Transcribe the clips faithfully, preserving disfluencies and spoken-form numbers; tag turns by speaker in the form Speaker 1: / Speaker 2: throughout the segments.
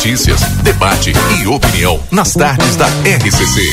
Speaker 1: notícias, debate e opinião nas tardes da R C C.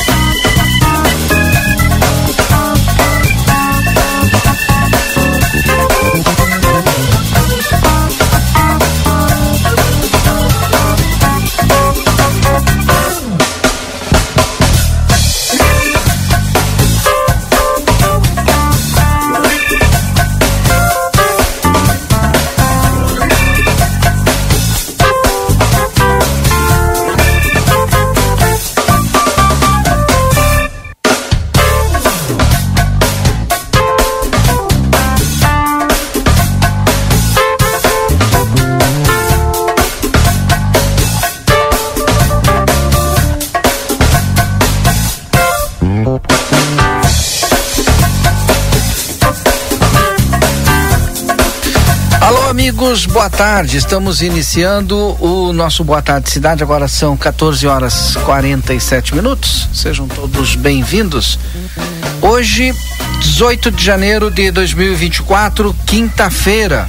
Speaker 2: Amigos, boa tarde. Estamos iniciando o nosso Boa Tarde Cidade. Agora são quatorze horas e quarenta e sete minutos. Sejam todos bem-vindos. Hoje, dezoito de janeiro de dois mil e vinte e quatro, quinta-feira.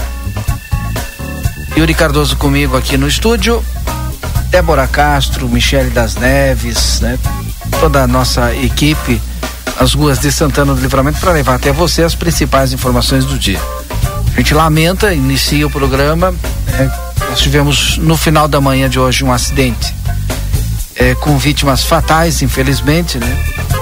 Speaker 2: Yuri Cardoso comigo aqui no estúdio. Débora Castro, Michele das Neves, né? Toda a nossa equipe, as ruas de Santana do Livramento, para levar até você as principais informações do dia. A gente lamenta, inicia o programa, é, nós tivemos no final da manhã de hoje um acidente é, com vítimas fatais, infelizmente, né?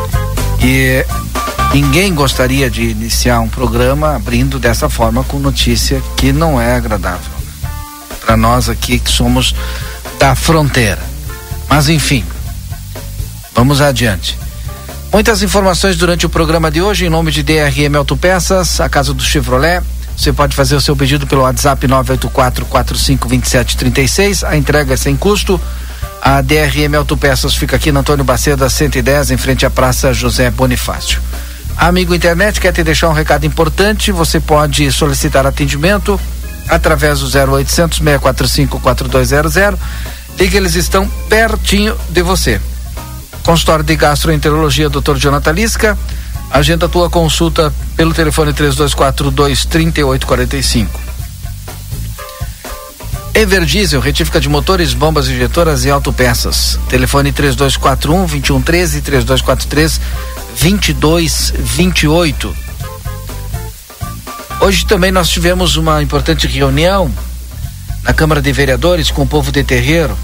Speaker 2: E ninguém gostaria de iniciar um programa abrindo dessa forma com notícia que não é agradável para nós aqui que somos da fronteira. Mas enfim, vamos adiante. Muitas informações durante o programa de hoje, em nome de D R M Autopeças, a casa do Chevrolet. Você pode fazer o seu pedido pelo WhatsApp nove oito quatro, quatro cinco dois sete três seis. A entrega é sem custo. A D R M Autopeças fica aqui na Antônio Baceda cento e dez, em frente à Praça José Bonifácio. Amigo internet, quer te deixar um recado importante? Você pode solicitar atendimento através do zero oitocentos, seis quatro cinco, quatro dois zero zero. Liga, eles estão pertinho de você. Consultório de Gastroenterologia, doutor Jonathan Lisca. Agenda a tua consulta pelo telefone três dois quatro dois, três oito quatro cinco. Everdiesel, retífica de motores, bombas injetoras e autopeças. Telefone três dois quatro um, dois um um três, três dois quatro três, dois dois dois oito. Hoje também nós tivemos uma importante reunião na Câmara de Vereadores com o povo de terreiro.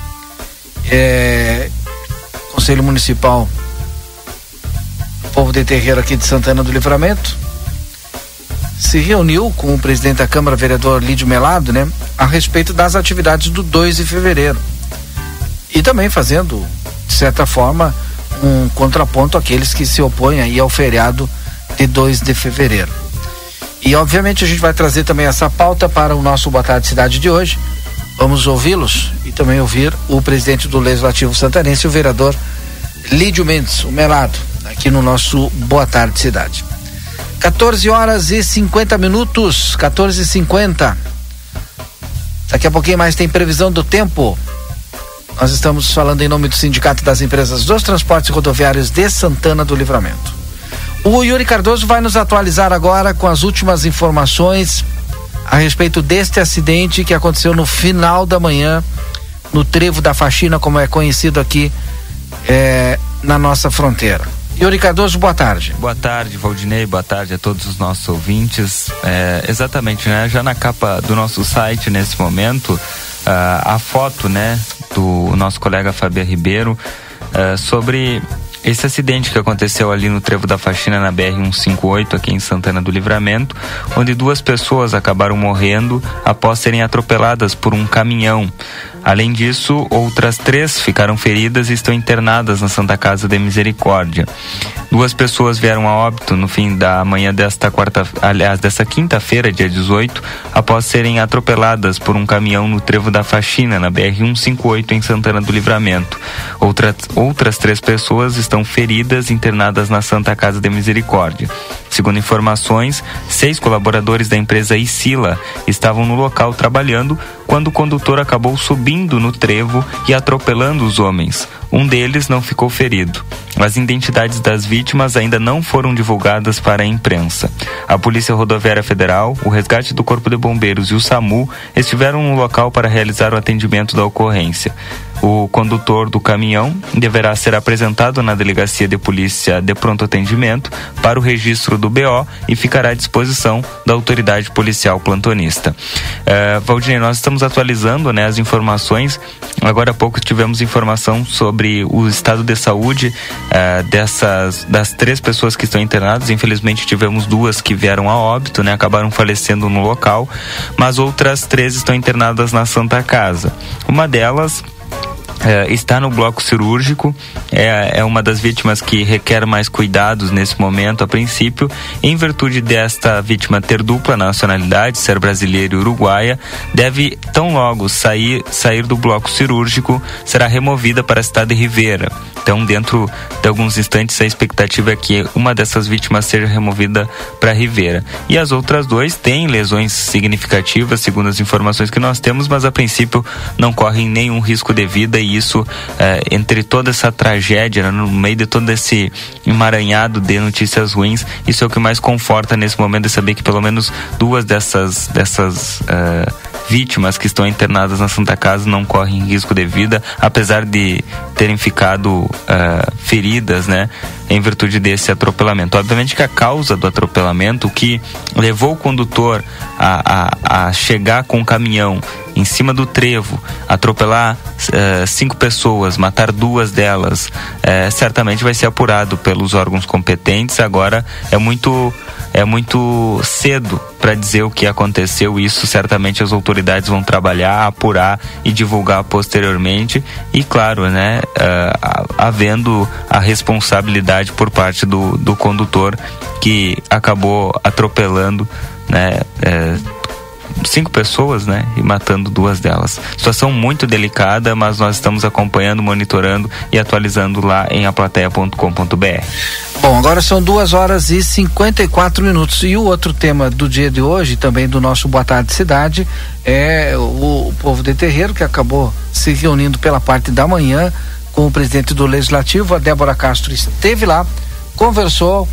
Speaker 2: É, Conselho Municipal, povo de terreiro aqui de Santana do Livramento, se reuniu com o presidente da Câmara, vereador Lídio Melado, né, a respeito das atividades do dois de fevereiro. E também fazendo, de certa forma, um contraponto àqueles que se opõem aí ao feriado de dois de fevereiro. E obviamente a gente vai trazer também essa pauta para o nosso Boa Tarde Cidade de hoje. Vamos ouvi-los e também ouvir o presidente do Legislativo Santanense, o vereador Lídio Mendes, o Melado, aqui no nosso Boa Tarde Cidade. quatorze horas e cinquenta minutos, quatorze e cinquenta. Daqui a pouquinho mais tem previsão do tempo. Nós estamos falando em nome do Sindicato das Empresas dos Transportes Rodoviários de Santana do Livramento. O Yuri Cardoso vai nos atualizar agora com as últimas informações a respeito deste acidente que aconteceu no final da manhã no Trevo da Faxina, como é conhecido aqui é, na nossa fronteira. Yuri Cardoso, boa tarde.
Speaker 3: Boa tarde, Valdinei, boa tarde a todos os nossos ouvintes. É, exatamente, né? Já na capa do nosso site, nesse momento, uh, a foto, né, do nosso colega Fabiano Ribeiro, uh, sobre esse acidente que aconteceu ali no Trevo da Faxina, na B R cento e cinquenta e oito, aqui em Santana do Livramento, onde duas pessoas acabaram morrendo após serem atropeladas por um caminhão. Além disso, outras três ficaram feridas e estão internadas na Santa Casa de Misericórdia. Duas pessoas vieram a óbito no fim da manhã desta quarta, aliás, dessa quinta-feira, dia dezoito, após serem atropeladas por um caminhão no Trevo da Faxina, na B R cento e cinquenta e oito, em Santana do Livramento. Outras, outras três pessoas estão estão feridas internadas na Santa Casa de Misericórdia. Segundo informações, seis colaboradores da empresa Isila estavam no local trabalhando quando o condutor acabou subindo no trevo e atropelando os homens. Um deles não ficou ferido. As identidades das vítimas ainda não foram divulgadas para a imprensa. A Polícia Rodoviária Federal, o Resgate do Corpo de Bombeiros e o SAMU estiveram no local para realizar o atendimento da ocorrência. O condutor do caminhão deverá ser apresentado na Delegacia de Polícia de Pronto Atendimento para o registro do B O e ficará à disposição da autoridade policial plantonista. Uh, Valdinei, nós estamos atualizando, né, as informações. Agora há pouco tivemos informação sobre o estado de saúde uh, dessas, das três pessoas que estão internadas. Infelizmente tivemos duas que vieram a óbito, né, acabaram falecendo no local, mas outras três estão internadas na Santa Casa. Uma delas É, está no bloco cirúrgico, é, é uma das vítimas que requer mais cuidados nesse momento, a princípio, em virtude desta vítima ter dupla nacionalidade, ser brasileira e uruguaia, deve tão logo sair, sair do bloco cirúrgico, será removida para a cidade de Rivera. Então, dentro de alguns instantes, a expectativa é que uma dessas vítimas seja removida para Rivera. E as outras duas têm lesões significativas, segundo as informações que nós temos, mas a princípio não correm nenhum risco de vida, e isso, eh, entre toda essa tragédia, né, no meio de todo esse emaranhado de notícias ruins, isso é o que mais conforta nesse momento, de saber que pelo menos duas dessas, dessas eh, vítimas que estão internadas na Santa Casa não correm risco de vida, apesar de terem ficado Uh, feridas, né, em virtude desse atropelamento. Obviamente que a causa do atropelamento, o que levou o condutor a, a, a chegar com o caminhão em cima do trevo, atropelar uh, cinco pessoas, matar duas delas, uh, certamente vai ser apurado pelos órgãos competentes. Agora é muito é muito cedo para dizer o que aconteceu. Isso certamente as autoridades vão trabalhar, apurar e divulgar posteriormente, e claro, né, uh, havendo a responsabilidade por parte do, do condutor que acabou atropelando, né, uh, cinco pessoas, né, e matando duas delas. Situação muito delicada, mas nós estamos acompanhando, monitorando e atualizando lá em aplateia ponto com ponto b r.
Speaker 2: Bom, agora são duas horas e cinquenta e quatro minutos. E o outro tema do dia de hoje, também do nosso Boa Tarde Cidade, é o, o povo de terreiro, que acabou se reunindo pela parte da manhã com o presidente do Legislativo. A Débora Castro esteve lá, conversou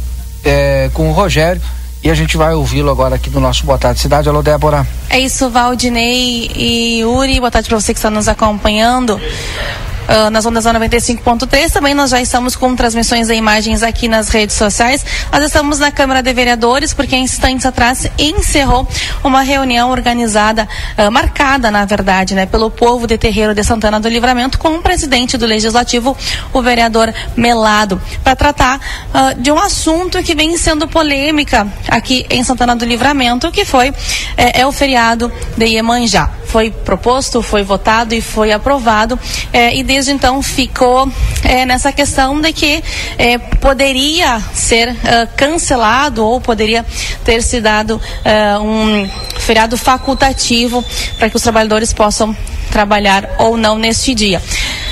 Speaker 2: é, com o Rogério, e a gente vai ouvi-lo agora aqui no nosso Boa Tarde Cidade. Alô, Débora.
Speaker 4: É isso, Valdinei e Yuri. Boa tarde para você que está nos acompanhando. Uh, nas ondas da noventa e cinco ponto três, também nós já estamos com transmissões de imagens aqui nas redes sociais. Nós estamos na Câmara de Vereadores, porque instantes atrás encerrou uma reunião organizada, uh, marcada na verdade, né, pelo povo de terreiro de Santana do Livramento, com o presidente do Legislativo, o vereador Melado, para tratar uh, de um assunto que vem sendo polêmica aqui em Santana do Livramento, que foi é, é o feriado de Iemanjá. Foi proposto, foi votado e foi aprovado, é, e desde então ficou é, nessa questão de que é, poderia ser uh, cancelado, ou poderia ter se dado uh, um feriado facultativo para que os trabalhadores possam trabalhar ou não neste dia.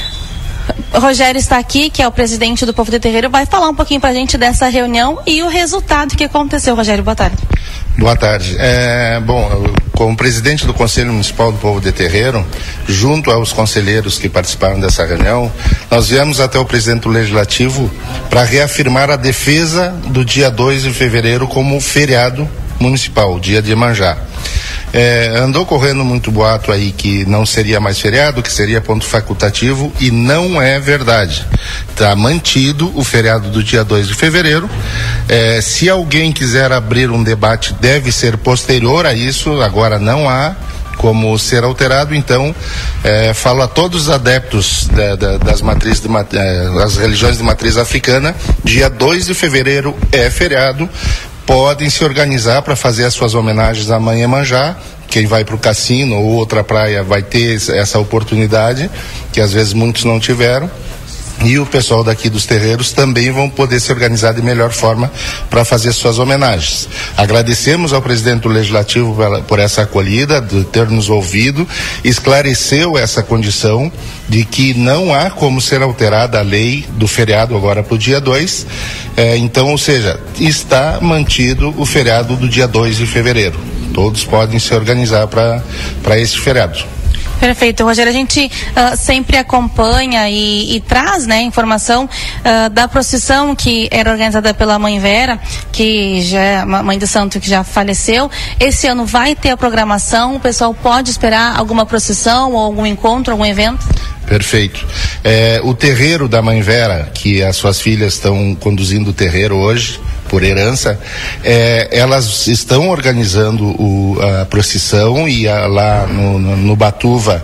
Speaker 4: Rogério está aqui, que é o presidente do Povo de Terreiro, vai falar um pouquinho pra gente dessa reunião e o resultado que aconteceu. Rogério, boa tarde.
Speaker 5: Boa tarde. É, bom, eu, como presidente do Conselho Municipal do Povo de Terreiro, junto aos conselheiros que participaram dessa reunião, nós viemos até o presidente do Legislativo para reafirmar a defesa do dia dois de fevereiro como feriado municipal, dia de Iemanjá. É, andou correndo muito boato aí que não seria mais feriado, que seria ponto facultativo, e não é verdade. Está mantido o feriado do dia dois de fevereiro. É, se alguém quiser abrir um debate, deve ser posterior a isso, agora não há como ser alterado. Então, é, falo a todos os adeptos da, da, das matrizes de, é, das religiões de matriz africana, dia dois de fevereiro é feriado. Podem se organizar para fazer as suas homenagens à Mãe Iemanjá. Quem vai para o cassino ou outra praia vai ter essa oportunidade, que às vezes muitos não tiveram. E o pessoal daqui dos terreiros também vão poder se organizar de melhor forma para fazer suas homenagens. Agradecemos ao presidente do Legislativo por, por essa acolhida, de ter nos ouvido, esclareceu essa condição de que não há como ser alterada a lei do feriado agora para o dia dois, é, então, ou seja, está mantido o feriado do dia dois de fevereiro. Todos podem se organizar para esse feriado.
Speaker 4: Perfeito, Rogério. A gente uh, sempre acompanha e, e traz, né, informação uh, da procissão que era organizada pela Mãe Vera, que já é uma mãe de santo que já faleceu. Esse ano vai ter a programação, o pessoal pode esperar alguma procissão ou algum encontro, algum evento?
Speaker 5: Perfeito. É, o terreiro da Mãe Vera, que as suas filhas estão conduzindo o terreiro hoje, por herança, é, elas estão organizando o, a procissão e a, lá no, no, no Batuva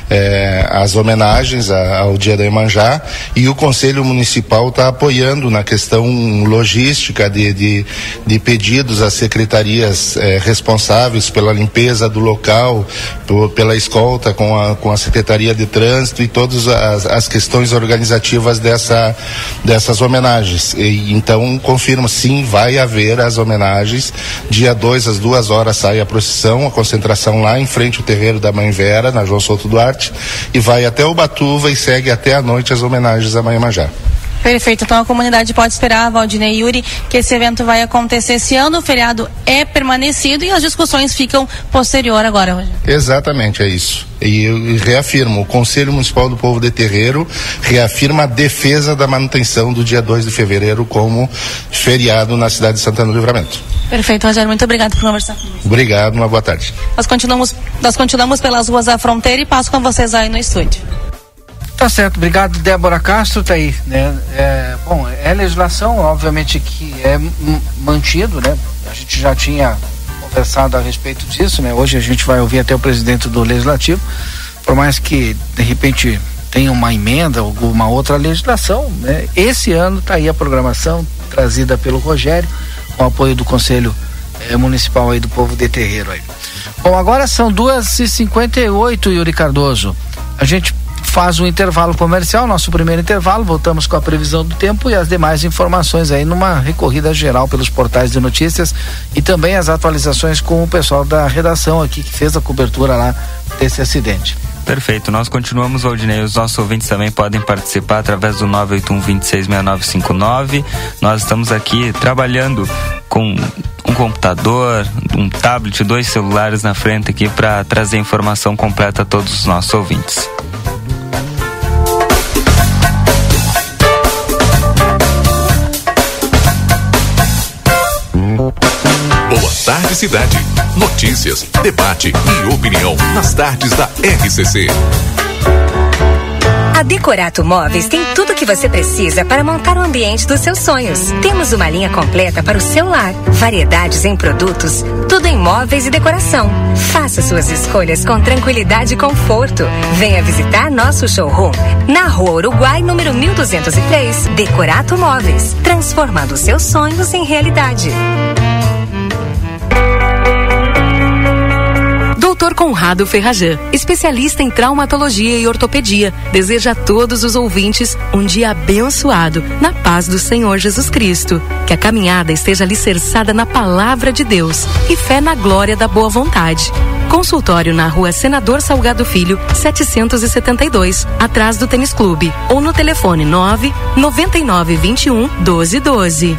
Speaker 5: é, as homenagens a, ao Dia da Iemanjá, e o Conselho Municipal está apoiando na questão logística de, de, de pedidos às secretarias é, responsáveis pela limpeza do local, por, pela escolta com a, com a Secretaria de Trânsito e todas as, as questões organizativas dessa, dessas homenagens. E, então, confirma, sim, vai haver as homenagens. Dia dois, às duas horas, sai a procissão, a concentração lá em frente ao terreiro da Mãe Vera, na João Souto Duarte, e vai até o Batuva e segue até a noite as homenagens à Mãe Iemanjá.
Speaker 4: Perfeito, então a comunidade pode esperar, Valdinei e Yuri, que esse evento vai acontecer esse ano, o feriado é permanecido e as discussões ficam posterior agora, Rogério.
Speaker 5: Exatamente, é isso. E eu reafirmo, o Conselho Municipal do Povo de Terreiro reafirma a defesa da manutenção do dia dois de fevereiro como feriado na cidade de Santana do Livramento.
Speaker 4: Perfeito, Rogério, muito obrigado por conversar comigo.
Speaker 5: Obrigado, uma boa tarde.
Speaker 4: Nós continuamos, nós continuamos pelas ruas da fronteira e passo com vocês aí no estúdio.
Speaker 2: Tá certo, obrigado, Débora Castro, tá aí, né? É, bom, é legislação, obviamente, que é m- mantido, né? A gente já tinha conversado a respeito disso, né? Hoje a gente vai ouvir até o presidente do Legislativo, por mais que, de repente, tenha uma emenda ou alguma outra legislação, né? Esse ano tá aí a programação trazida pelo Rogério, com o apoio do Conselho eh, Municipal aí do Povo de Terreiro aí. Bom, agora são duas e cinquenta e oito, Yuri Cardoso. A gente faz um intervalo comercial, nosso primeiro intervalo, voltamos com a previsão do tempo e as demais informações aí numa recorrida geral pelos portais de notícias e também as atualizações com o pessoal da redação aqui que fez a cobertura lá desse acidente.
Speaker 3: Perfeito, nós continuamos, Valdinei, os nossos ouvintes também podem participar através do nove oito um, dois seis, seis nove cinco nove. Nós estamos aqui trabalhando com um computador, um tablet, dois celulares na frente aqui para trazer informação completa a todos os nossos ouvintes.
Speaker 1: Boa tarde, cidade. Notícias, debate e opinião nas tardes da R C C.
Speaker 6: A Decorato Móveis tem tudo o que você precisa para montar o ambiente dos seus sonhos. Temos uma linha completa para o seu lar, variedades em produtos, tudo em móveis e decoração. Faça suas escolhas com tranquilidade e conforto. Venha visitar nosso showroom na Rua Uruguai, número mil duzentos e três. Decorato Móveis, transformando seus sonhos em realidade.
Speaker 7: doutor Conrado Ferrajã, especialista em traumatologia e ortopedia, deseja a todos os ouvintes um dia abençoado, na paz do Senhor Jesus Cristo. Que a caminhada esteja alicerçada na palavra de Deus e fé na glória da boa vontade. Consultório na Rua Senador Salgado Filho, setecentos e setenta e dois, atrás do Tênis Clube, ou no telefone nove nove nove, vinte e um, doze, doze.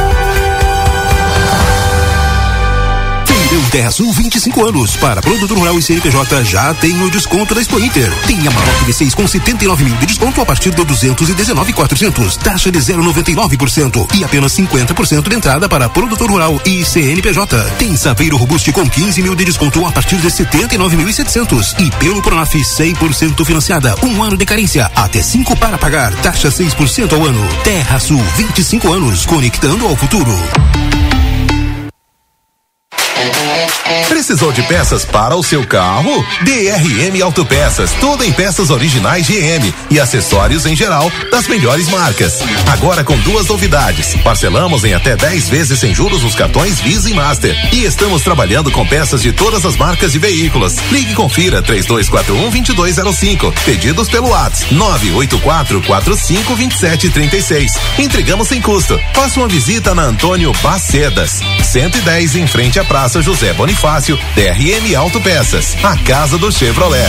Speaker 8: Terra Sul, vinte e cinco anos. Para produtor rural e C N P J já tem o desconto da Expo Inter. Tem a Maroc V seis com setenta e nove mil de desconto a partir de duzentos e dezenove mil e quatrocentos. Taxa de zero vírgula noventa e nove por cento e apenas cinquenta por cento de entrada para produtor rural e C N P J. Tem Saveiro Robuste com quinze mil de desconto a partir de setenta e nove mil e setecentos. E pelo Pronaf cem por cento financiada. Um ano de carência. Até cinco para pagar. Taxa seis por cento ao ano. Terra Sul, vinte e cinco anos. Conectando ao futuro.
Speaker 9: Precisou de peças para o seu carro? D R M Autopeças, tudo em peças originais G M e acessórios em geral das melhores marcas. Agora com duas novidades. Parcelamos em até dez vezes sem juros nos cartões Visa e Master. E estamos trabalhando com peças de todas as marcas de veículos. Ligue e confira três dois quatro um, dois dois zero cinco. Pedidos pelo WhatsApp nove oito quatro quatro cinco dois sete três seis. Entregamos sem custo. Faça uma visita na Antônio Bacedas, cento e dez em frente à Praça José Bonifácio. D R M Autopeças, a casa do Chevrolet.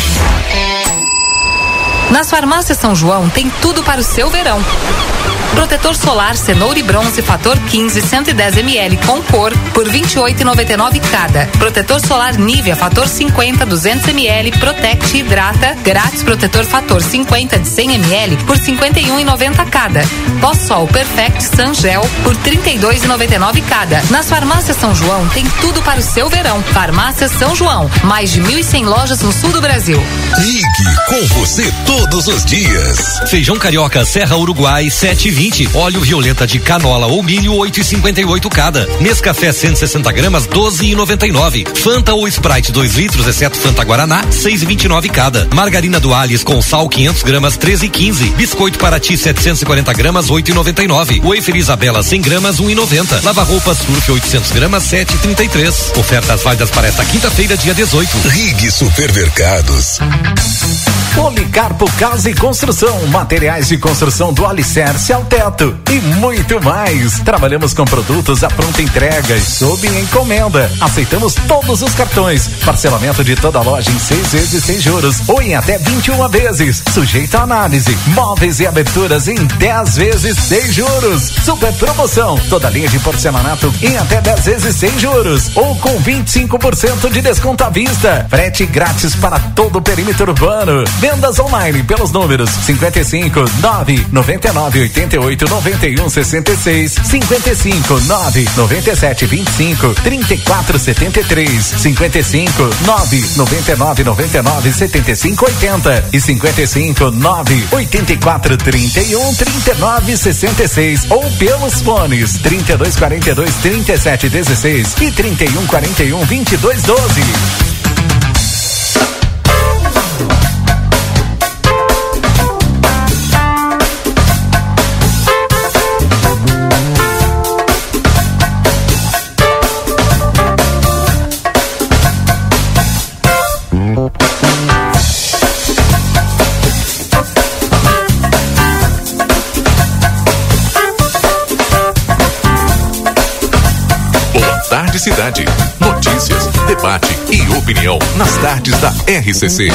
Speaker 7: Nas farmácias São João tem tudo para o seu verão. Protetor solar cenoura e bronze fator quinze, cento e dez mililitros com cor por vinte e oito reais e noventa e nove centavos cada. Protetor solar Nivea fator cinquenta, duzentos mililitros Protect Hidrata grátis protetor fator cinquenta de cem mililitros por cinquenta e um reais e noventa centavos cada. Pós-sol Perfect Sun Gel por trinta e dois reais e noventa e nove centavos cada. Nas farmácias São João tem tudo para o seu verão. Farmácias São João, mais de mil e cem lojas no sul do Brasil.
Speaker 10: Ligue com você todos os dias. Feijão carioca Serra Uruguai sete e vinte. Óleo violeta de canola ou milho oito e cinquenta e oito cada. Nescafé cento e sessenta gramas doze e noventa e nove. Fanta ou Sprite dois litros exceto Fanta Guaraná seis e vinte e nove cada. Margarina do Alice com sal quinhentos gramas treze e quinze. Biscoito Paraty setecentos e quarenta gramas oito e noventa e nove. Wafer Isabela cem gramas um e noventa. Lava roupas Surf oitocentos gramas sete e trinta e três. Ofertas válidas para esta quinta-feira dia dezoito.
Speaker 1: Rig Supermercados.
Speaker 11: Policarpo Casa e Construção, materiais de construção do alicerce ao teto e muito mais. Trabalhamos com produtos à pronta entrega e sob encomenda. Aceitamos todos os cartões. Parcelamento de toda a loja em seis vezes sem juros ou em até vinte e uma vezes. Sujeito a análise. Móveis e aberturas em dez vezes sem juros. Super promoção. Toda linha de porcelanato em até dez vezes sem juros ou com vinte e cinco por cento de desconto à vista. Frete grátis para todo o perímetro urbano. Vendas online pelos números cinquenta e cinco, nove, noventa e nove, oitenta e oito, noventa e um, sessenta e seis, cinquenta e cinco, nove, noventa e sete, vinte e cinco, trinta e quatro, setenta e três, cinquenta e cinco, nove, noventa e nove, noventa e nove, setenta e cinco, oitenta e cinquenta e cinco, nove, oitenta e quatro, trinta e um, trinta e nove, sessenta e seis ou pelos fones trinta e dois, quarenta e dois, trinta e sete, dezesseis e trinta e um, quarenta e um, vinte e dois, doze.
Speaker 1: Tarde Cidade. Notícias, debate e opinião nas tardes da R C C.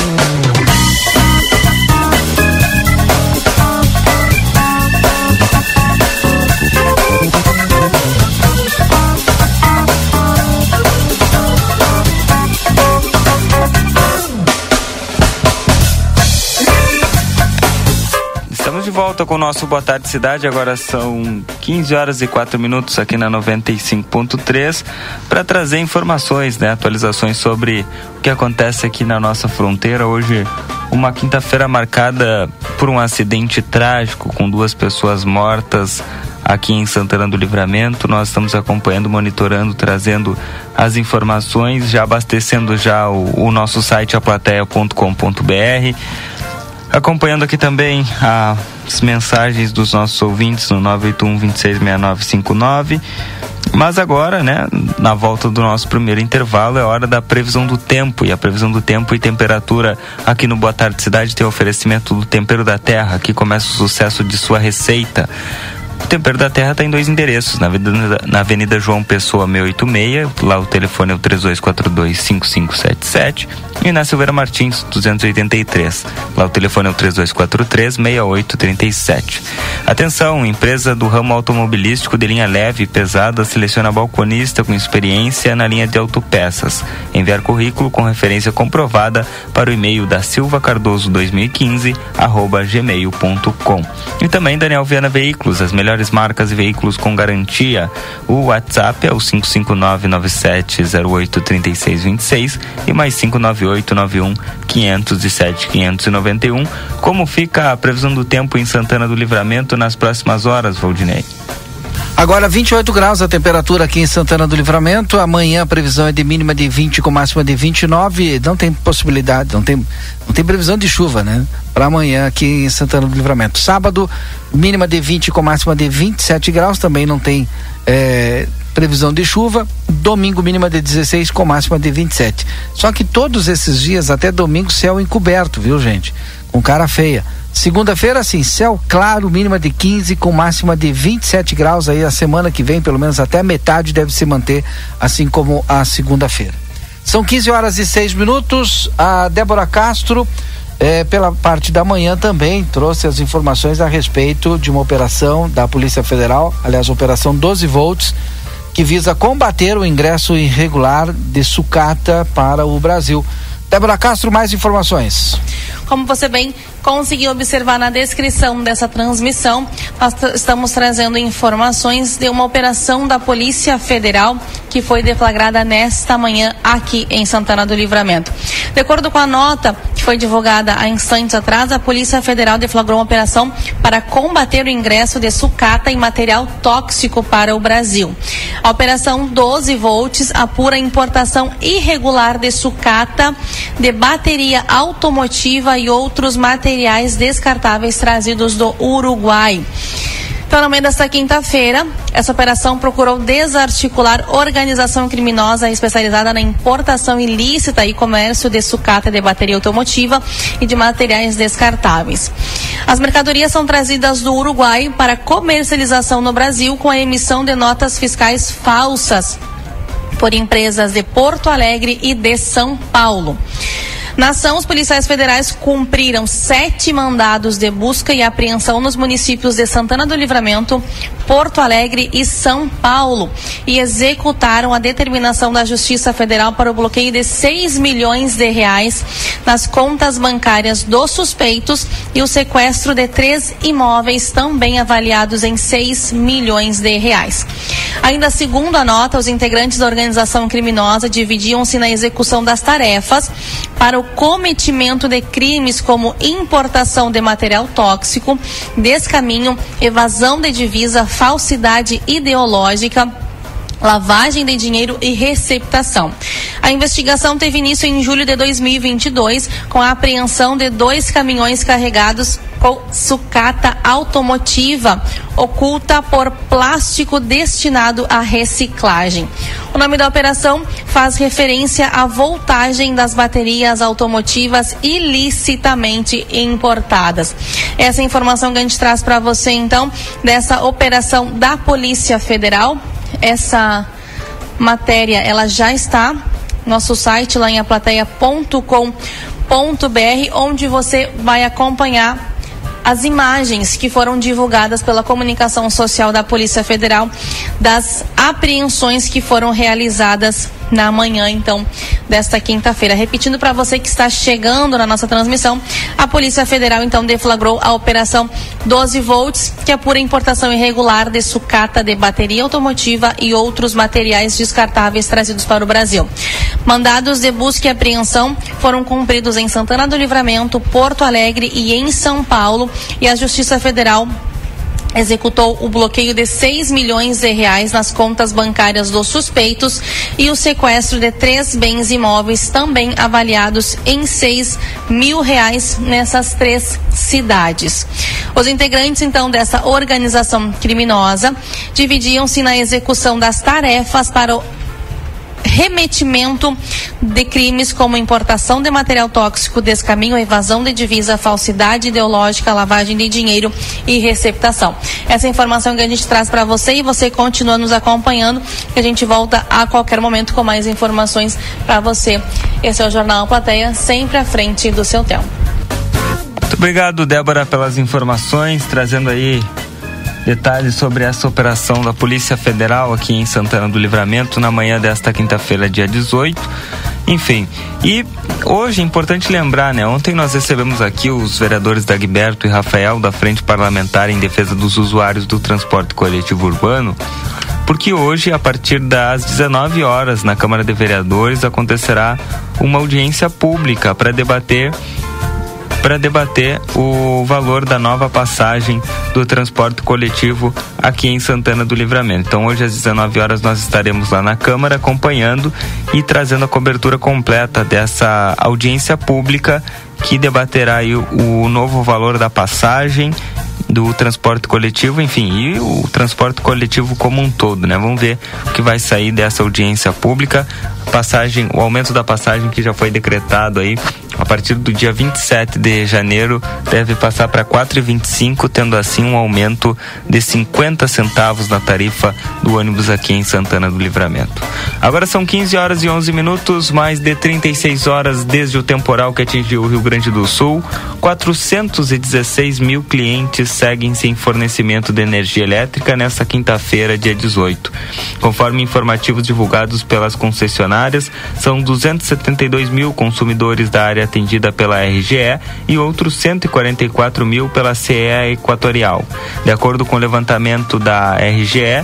Speaker 3: Estamos de volta com o nosso Boa Tarde Cidade. Agora são quinze horas e quatro minutos aqui na noventa e cinco ponto três para trazer informações, né, atualizações sobre o que acontece aqui na nossa fronteira. Hoje, uma quinta-feira marcada por um acidente trágico com duas pessoas mortas aqui em Santana do Livramento. Nós estamos acompanhando, monitorando, trazendo as informações, já abastecendo já o, o nosso site a plateia ponto com ponto b r. Acompanhando aqui também as mensagens dos nossos ouvintes no nove oito um, dois seis, seis nove cinco nove. Mas agora, né, na volta do nosso primeiro intervalo, é hora da previsão do tempo. E a previsão do tempo e temperatura aqui no Boa Tarde Cidade tem oferecimento do Tempero da Terra, que começa o sucesso de sua receita. O Tempero da Terra está em dois endereços, na Avenida, na Avenida João Pessoa seiscentos e oitenta e seis, lá o telefone é o três dois quatro dois, cinco cinco sete sete, e na Silveira Martins duzentos e oitenta e três, lá o telefone é o três dois quatro três, seis oito três sete. Atenção, empresa do ramo automobilístico de linha leve e pesada seleciona balconista com experiência na linha de autopeças. Enviar currículo com referência comprovada para o e-mail da silva cardoso dois mil e quinze arroba gmail ponto com. E também Daniel Viana Veículos, as melhores marcas e veículos com garantia. O WhatsApp é o cinco cinco nove, nove sete zero oito, três seis dois seis e mais cinco nove oito, nove um, quinhentos e sete, quinhentos e noventa e um. Como fica a previsão do tempo em Santana do Livramento nas próximas horas, Valdinei?
Speaker 2: Agora vinte e oito graus a temperatura aqui em Santana do Livramento. Amanhã a previsão é de mínima de vinte com máxima de vinte e nove. Não tem possibilidade, não tem, não tem previsão de chuva, né? Para amanhã aqui em Santana do Livramento. Sábado, mínima de vinte com máxima de vinte e sete graus, também não tem é, previsão de chuva. Domingo, mínima de dezesseis com máxima de vinte e sete. Só que todos esses dias, até domingo, céu encoberto, viu, gente? Com cara feia. Segunda-feira, sim, céu claro, mínima de quinze com máxima de vinte e sete graus. Aí a semana que vem, pelo menos até a metade, deve se manter assim como a segunda-feira. São quinze horas e seis minutos. A Débora Castro, eh, pela parte da manhã, também trouxe as informações a respeito de uma operação da Polícia Federal, aliás, operação doze volts, que visa combater o ingresso irregular de sucata para o Brasil. Débora Castro, mais informações.
Speaker 4: Como você bem conseguiu observar na descrição dessa transmissão, nós estamos trazendo informações de uma operação da Polícia Federal que foi deflagrada nesta manhã aqui em Santana do Livramento. De acordo com a nota que foi divulgada há instantes atrás, a Polícia Federal deflagrou uma operação para combater o ingresso de sucata e material tóxico para o Brasil. A operação doze volts apura a importação irregular de sucata, de bateria automotiva e outros materiais descartáveis trazidos do Uruguai. Então, no meio desta quinta-feira, essa operação procurou desarticular organização criminosa especializada na importação ilícita e comércio de sucata de bateria automotiva e de materiais descartáveis. As mercadorias são trazidas do Uruguai para comercialização no Brasil com a emissão de notas fiscais falsas por empresas de Porto Alegre e de São Paulo. Na ação, os policiais federais cumpriram sete mandados de busca e apreensão nos municípios de Santana do Livramento, Porto Alegre e São Paulo e executaram a determinação da Justiça Federal para o bloqueio de seis milhões de reais nas contas bancárias dos suspeitos e o sequestro de três imóveis também avaliados em seis milhões de reais. Ainda segundo a nota, os integrantes da organização criminosa dividiam-se na execução das tarefas para o cometimento de crimes como importação de material tóxico, descaminho, evasão de divisa, falsidade ideológica, lavagem de dinheiro e receptação. A investigação teve início em julho de dois mil e vinte e dois, com a apreensão de dois caminhões carregados com sucata automotiva, oculta por plástico destinado à reciclagem. O nome da operação faz referência à voltagem das baterias automotivas ilicitamente importadas. Essa é a informação que a gente traz para você, então, dessa operação da Polícia Federal. Essa matéria, ela já está no nosso site lá em aplateia ponto com ponto br, onde você vai acompanhar as imagens que foram divulgadas pela comunicação social da Polícia Federal das apreensões que foram realizadas na manhã, então, desta quinta-feira. Repetindo para você que está chegando na nossa transmissão, a Polícia Federal, então, deflagrou a operação doze volts, que apura a importação irregular de sucata de bateria automotiva e outros materiais descartáveis trazidos para o Brasil. Mandados de busca e apreensão foram cumpridos em Santana do Livramento, Porto Alegre e em São Paulo, e a Justiça Federal executou o bloqueio de seis milhões de reais nas contas bancárias dos suspeitos e o sequestro de três bens imóveis também avaliados em seis mil reais nessas três cidades. Os integrantes, então, dessa organização criminosa dividiam-se na execução das tarefas para o remetimento de crimes como importação de material tóxico, descaminho, evasão de divisa, falsidade ideológica, lavagem de dinheiro e receptação. Essa é a informação que a gente traz para você e você continua nos acompanhando, que a gente volta a qualquer momento com mais informações para você. Esse é o Jornal Plateia, sempre à frente do seu tempo.
Speaker 3: Muito obrigado, Débora, pelas informações, trazendo aí detalhes sobre essa operação da Polícia Federal aqui em Santana do Livramento na manhã desta quinta-feira, dia dezoito. Enfim, e hoje é importante lembrar, né? Ontem nós recebemos aqui os vereadores Dagberto e Rafael da Frente Parlamentar em Defesa dos Usuários do Transporte Coletivo Urbano, porque hoje, a partir das dezenove horas, na Câmara de Vereadores, acontecerá uma audiência pública para debater para debater o valor da nova passagem do transporte coletivo aqui em Santana do Livramento. Então hoje às dezenove horas nós estaremos lá na Câmara acompanhando e trazendo a cobertura completa dessa audiência pública que debaterá aí o, o novo valor da passagem do transporte coletivo, enfim, e o transporte coletivo como um todo, né? Vamos ver o que vai sair dessa audiência pública. Passagem, o aumento da passagem que já foi decretado aí a partir do dia vinte e sete de janeiro deve passar para quatro reais e vinte e cinco centavos, tendo assim um aumento de cinquenta centavos na tarifa do ônibus aqui em Santana do Livramento. Agora são quinze horas e onze minutos, mais de trinta e seis horas desde o temporal que atingiu o Rio Grande do Sul. quatrocentos e dezesseis mil clientes seguem sem fornecimento de energia elétrica nesta quinta-feira, dia dezoito. Conforme informativos divulgados pelas concessionárias, são duzentos e setenta e dois mil consumidores da área atendida pela R G E e outros cento e quarenta e quatro mil pela C E A Equatorial. De acordo com o levantamento da R G E,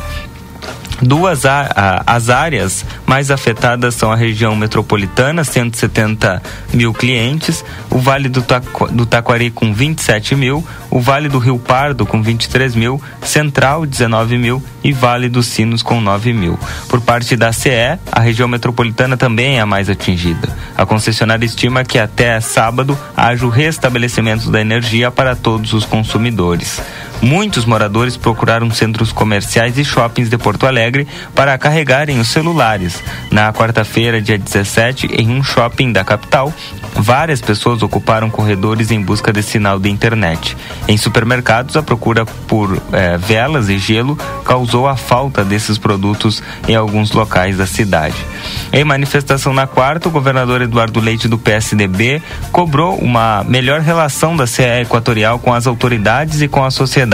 Speaker 3: Duas a, a, as áreas mais afetadas são a região metropolitana, cento e setenta mil clientes, o Vale do, Taqu, do Taquari com vinte e sete mil, o Vale do Rio Pardo com vinte e três mil, Central dezenove mil e Vale dos Sinos com nove mil. Por parte da C E, a região metropolitana também é a mais atingida. A concessionária estima que até sábado haja o restabelecimento da energia para todos os consumidores. Muitos moradores procuraram centros comerciais e shoppings de Porto Alegre para carregarem os celulares. Na quarta-feira, dia dezessete, em um shopping da capital, várias pessoas ocuparam corredores em busca de sinal de internet. Em supermercados, a procura por eh, velas e gelo causou a falta desses produtos em alguns locais da cidade. Em manifestação na quarta, o governador Eduardo Leite, do P S D B, cobrou uma melhor relação da C E A Equatorial com as autoridades e com a sociedade.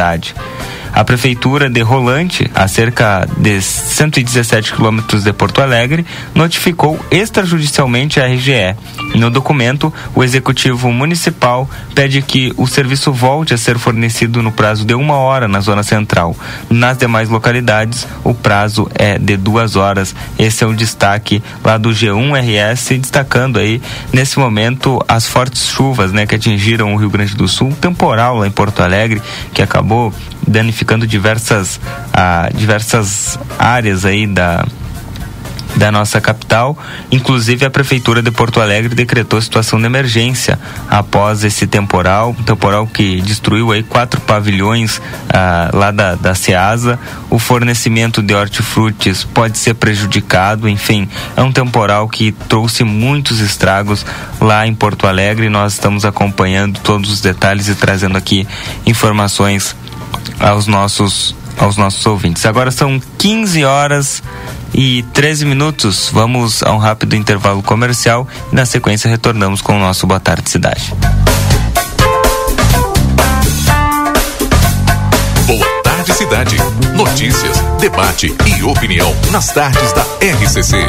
Speaker 3: A prefeitura de Rolante, a cerca de cento e dezessete quilômetros de Porto Alegre, notificou extrajudicialmente a R G E. No documento, o executivo municipal pede que o serviço volte a ser fornecido no prazo de uma hora na zona central. Nas demais localidades, o prazo é de duas horas. Esse é o destaque lá do G um R S, destacando aí, nesse momento, as fortes chuvas, né, que atingiram o Rio Grande do Sul, um temporal lá em Porto Alegre, que acabou danificando diversas, ah, diversas áreas aí da, da nossa capital. Inclusive a Prefeitura de Porto Alegre decretou situação de emergência após esse temporal, um temporal que destruiu aí quatro pavilhões ah, lá da, da Ceasa. O fornecimento de hortifrutis pode ser prejudicado, enfim, é um temporal que trouxe muitos estragos lá em Porto Alegre. Nós estamos acompanhando todos os detalhes e trazendo aqui informações aos nossos, aos nossos ouvintes. Agora são quinze horas e treze minutos. Vamos a um rápido intervalo comercial e na sequência retornamos com o nosso Boa Tarde Cidade.
Speaker 1: Boa Tarde Cidade. Notícias, debate e opinião nas tardes da R C C.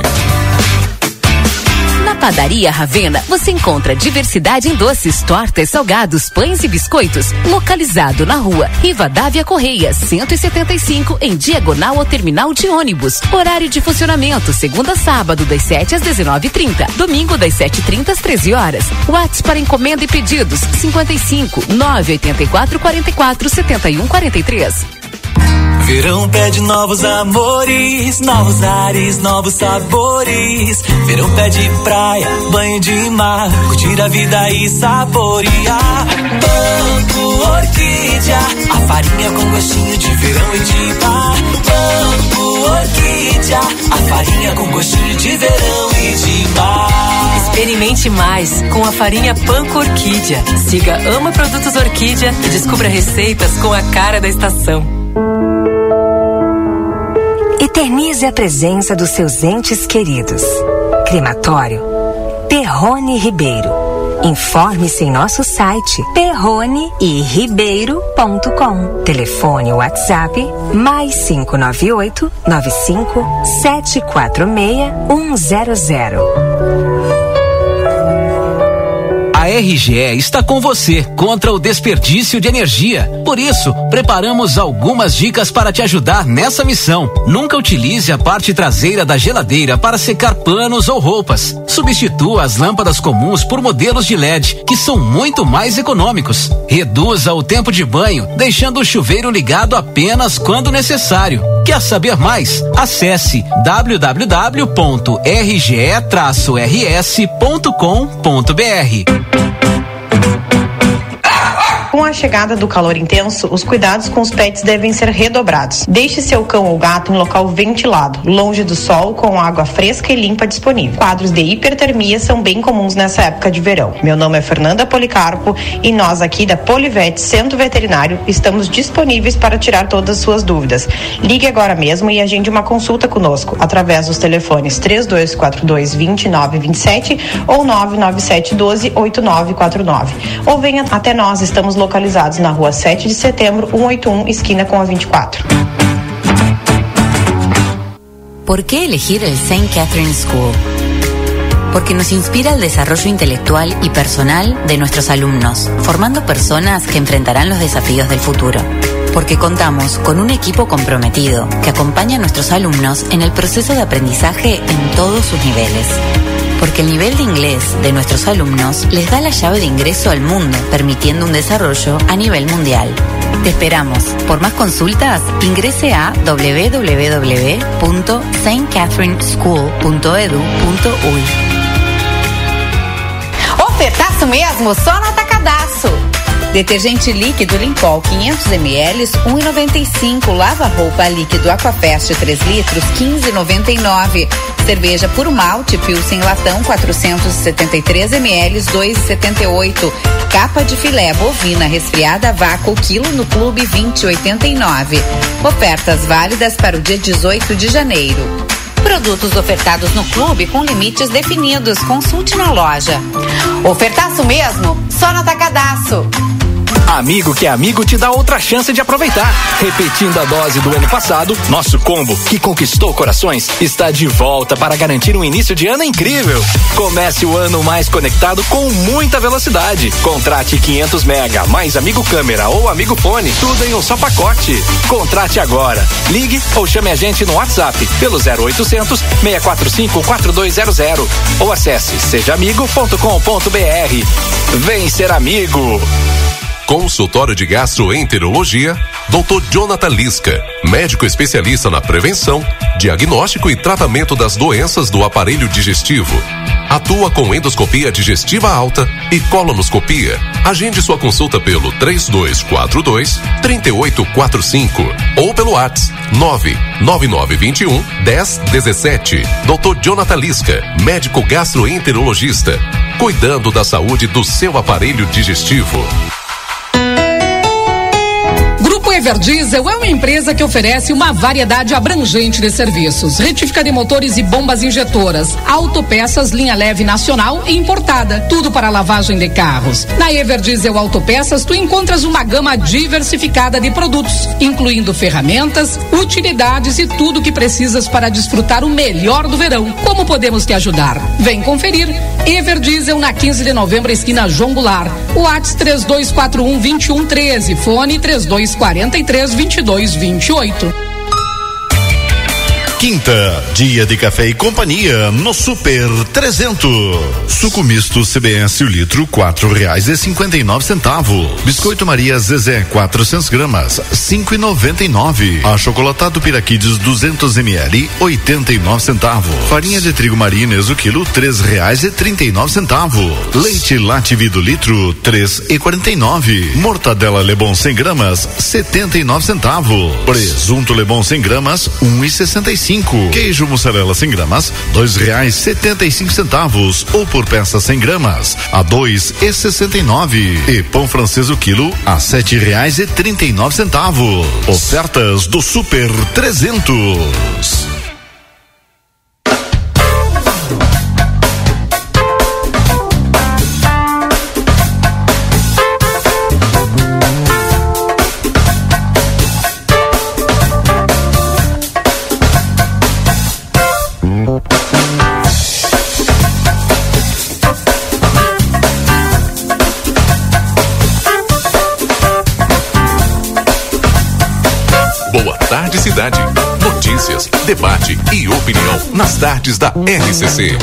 Speaker 7: Na Padaria Ravena, você encontra diversidade em doces, tortas, salgados, pães e biscoitos. Localizado na rua Rivadavia Correia, cento e setenta e cinco, em diagonal ao terminal de ônibus. Horário de funcionamento, segunda a sábado, das sete às dezenove e trinta. Domingo, das sete e trinta às treze horas. WhatsApp para encomenda e pedidos, cinquenta e cinco, nove oito quatro, quarenta e quatro, setenta e um, quarenta e três.
Speaker 12: Verão pede novos amores, novos ares, novos sabores. Verão pede praia, banho de mar, curtir a vida e saborear. Banco Orquídea, a farinha com gostinho de verão e de mar. Banco Orquídea, a farinha com gostinho de verão e de mar.
Speaker 7: Experimente mais com a farinha Panko Orquídea. Siga Ama Produtos Orquídea e descubra receitas com a cara da estação.
Speaker 6: Eternize a presença dos seus entes queridos. Crematório Perrone Ribeiro. Informe-se em nosso site perrone e ribeiro ponto com. Telefone WhatsApp mais cinco nove oito, nove cinco sete quatro seis, um zero zero.
Speaker 13: A R G E está com você contra o desperdício de energia. Por isso, preparamos algumas dicas para te ajudar nessa missão. Nunca utilize a parte traseira da geladeira para secar panos ou roupas. Substitua as lâmpadas comuns por modelos de L E D, que são muito mais econômicos. Reduza o tempo de banho, deixando o chuveiro ligado apenas quando necessário. Quer saber mais? Acesse w w w ponto r g e traço r s ponto com ponto b r.
Speaker 14: Com a chegada do calor intenso, os cuidados com os pets devem ser redobrados. Deixe seu cão ou gato em local ventilado, longe do sol, com água fresca e limpa disponível. Quadros de hipertermia são bem comuns nessa época de verão. Meu nome é Fernanda Policarpo e nós aqui da Polivet Centro Veterinário estamos disponíveis para tirar todas as suas dúvidas. Ligue agora mesmo e agende uma consulta conosco através dos telefones três dois quatro dois, dois nove dois sete ou nove nove sete um dois, oito nove quatro nove. Ou venha até nós, estamos localizados na rua sete de setembro, cento e oitenta e um, esquina com a vinte e quatro.
Speaker 15: ¿Por qué elegir el Saint Catherine School? Porque nos inspira el desarrollo intelectual y personal de nuestros alumnos, formando personas que enfrentarán los desafíos del futuro. Porque contamos con un equipo comprometido que acompaña a nuestros alumnos en el proceso de aprendizaje en todos sus niveles. Porque el nivel de inglés de nuestros alumnos les da la llave de ingreso al mundo, permitiendo un desarrollo a nivel mundial. Te esperamos. Por más consultas, ingrese a w w w punto saint catherine school punto e d u ponto u i.
Speaker 16: Ofertaço mesmo, só no Atacadaço. Detergente líquido Limpol quinhentos mililitros, um real e noventa e cinco centavos. Lava-roupa líquido Aquafest três litros, quinze reais e noventa e nove centavos. Cerveja Puro Malte Pilsen Latão quatrocentos e setenta e três mililitros, dois reais e setenta e oito centavos. Capa de filé bovina resfriada vácuo quilo no Clube vinte e oitenta e nove. Ofertas válidas para o dia dezoito de janeiro. Produtos ofertados no clube com limites definidos. Consulte na loja. Ofertaço mesmo? Só no Atacadaço.
Speaker 17: Amigo que é amigo te dá outra chance de aproveitar. Repetindo a dose do ano passado, nosso combo, que conquistou corações, está de volta para garantir um início de ano incrível. Comece o ano mais conectado com muita velocidade. Contrate quinhentos mega, mais amigo câmera ou amigo fone, tudo em um só pacote. Contrate agora. Ligue ou chame a gente no WhatsApp pelo zero oitocentos, seis quatro cinco, quatro dois zero zero ou acesse seja amigo ponto com ponto b r. Vem ser amigo.
Speaker 1: Consultório de Gastroenterologia, doutor Jonathan Lisca, médico especialista na prevenção, diagnóstico e tratamento das doenças do aparelho digestivo. Atua com endoscopia digestiva alta e colonoscopia. Agende sua consulta pelo três dois quatro dois, três oito quatro cinco ou pelo WhatsApp nove nove nove dois um, um zero um sete. doutor Jonathan Lisca, médico gastroenterologista, cuidando da saúde do seu aparelho digestivo.
Speaker 18: Everdiesel é uma empresa que oferece uma variedade abrangente de serviços: retífica de motores e bombas injetoras, autopeças, linha leve nacional e importada, tudo para lavagem de carros. Na Everdiesel Autopeças tu encontras uma gama diversificada de produtos, incluindo ferramentas, utilidades e tudo que precisas para desfrutar o melhor do verão. Como podemos te ajudar? Vem conferir. Everdiesel na quinze de novembro, esquina João Goulart. WhatsApp três dois quatro um, dois um um três, fone três dois quatro três, vinte e dois, vinte e oito.
Speaker 19: Quinta, dia de café e companhia no Super trezentos. Suco misto C B S o litro, quatro reais e cinquenta e nove centavos. Biscoito Maria Zezé, quatrocentas gramas, cinco e noventa e nove. Achocolatado Piraquides duzentos mililitros, oitenta e nove centavos. Farinha de trigo Marines o quilo, três reais e trinta e nove centavos. Leite Lativido litro, três e quarenta e nove. Mortadela Lebon cem gramas, setenta e nove centavos. Presunto Lebon cem gramas, um e sessenta e cinco. Queijo mussarela cem gramas, dois reais setenta e cinco centavos, ou por peça cem gramas a dois e sessenta e nove. E pão francês o quilo a sete reais e trinta e nove centavos. Ofertas do Super trezentos.
Speaker 1: Boa Tarde Cidade. Notícias, debate e opinião nas tardes da R C C.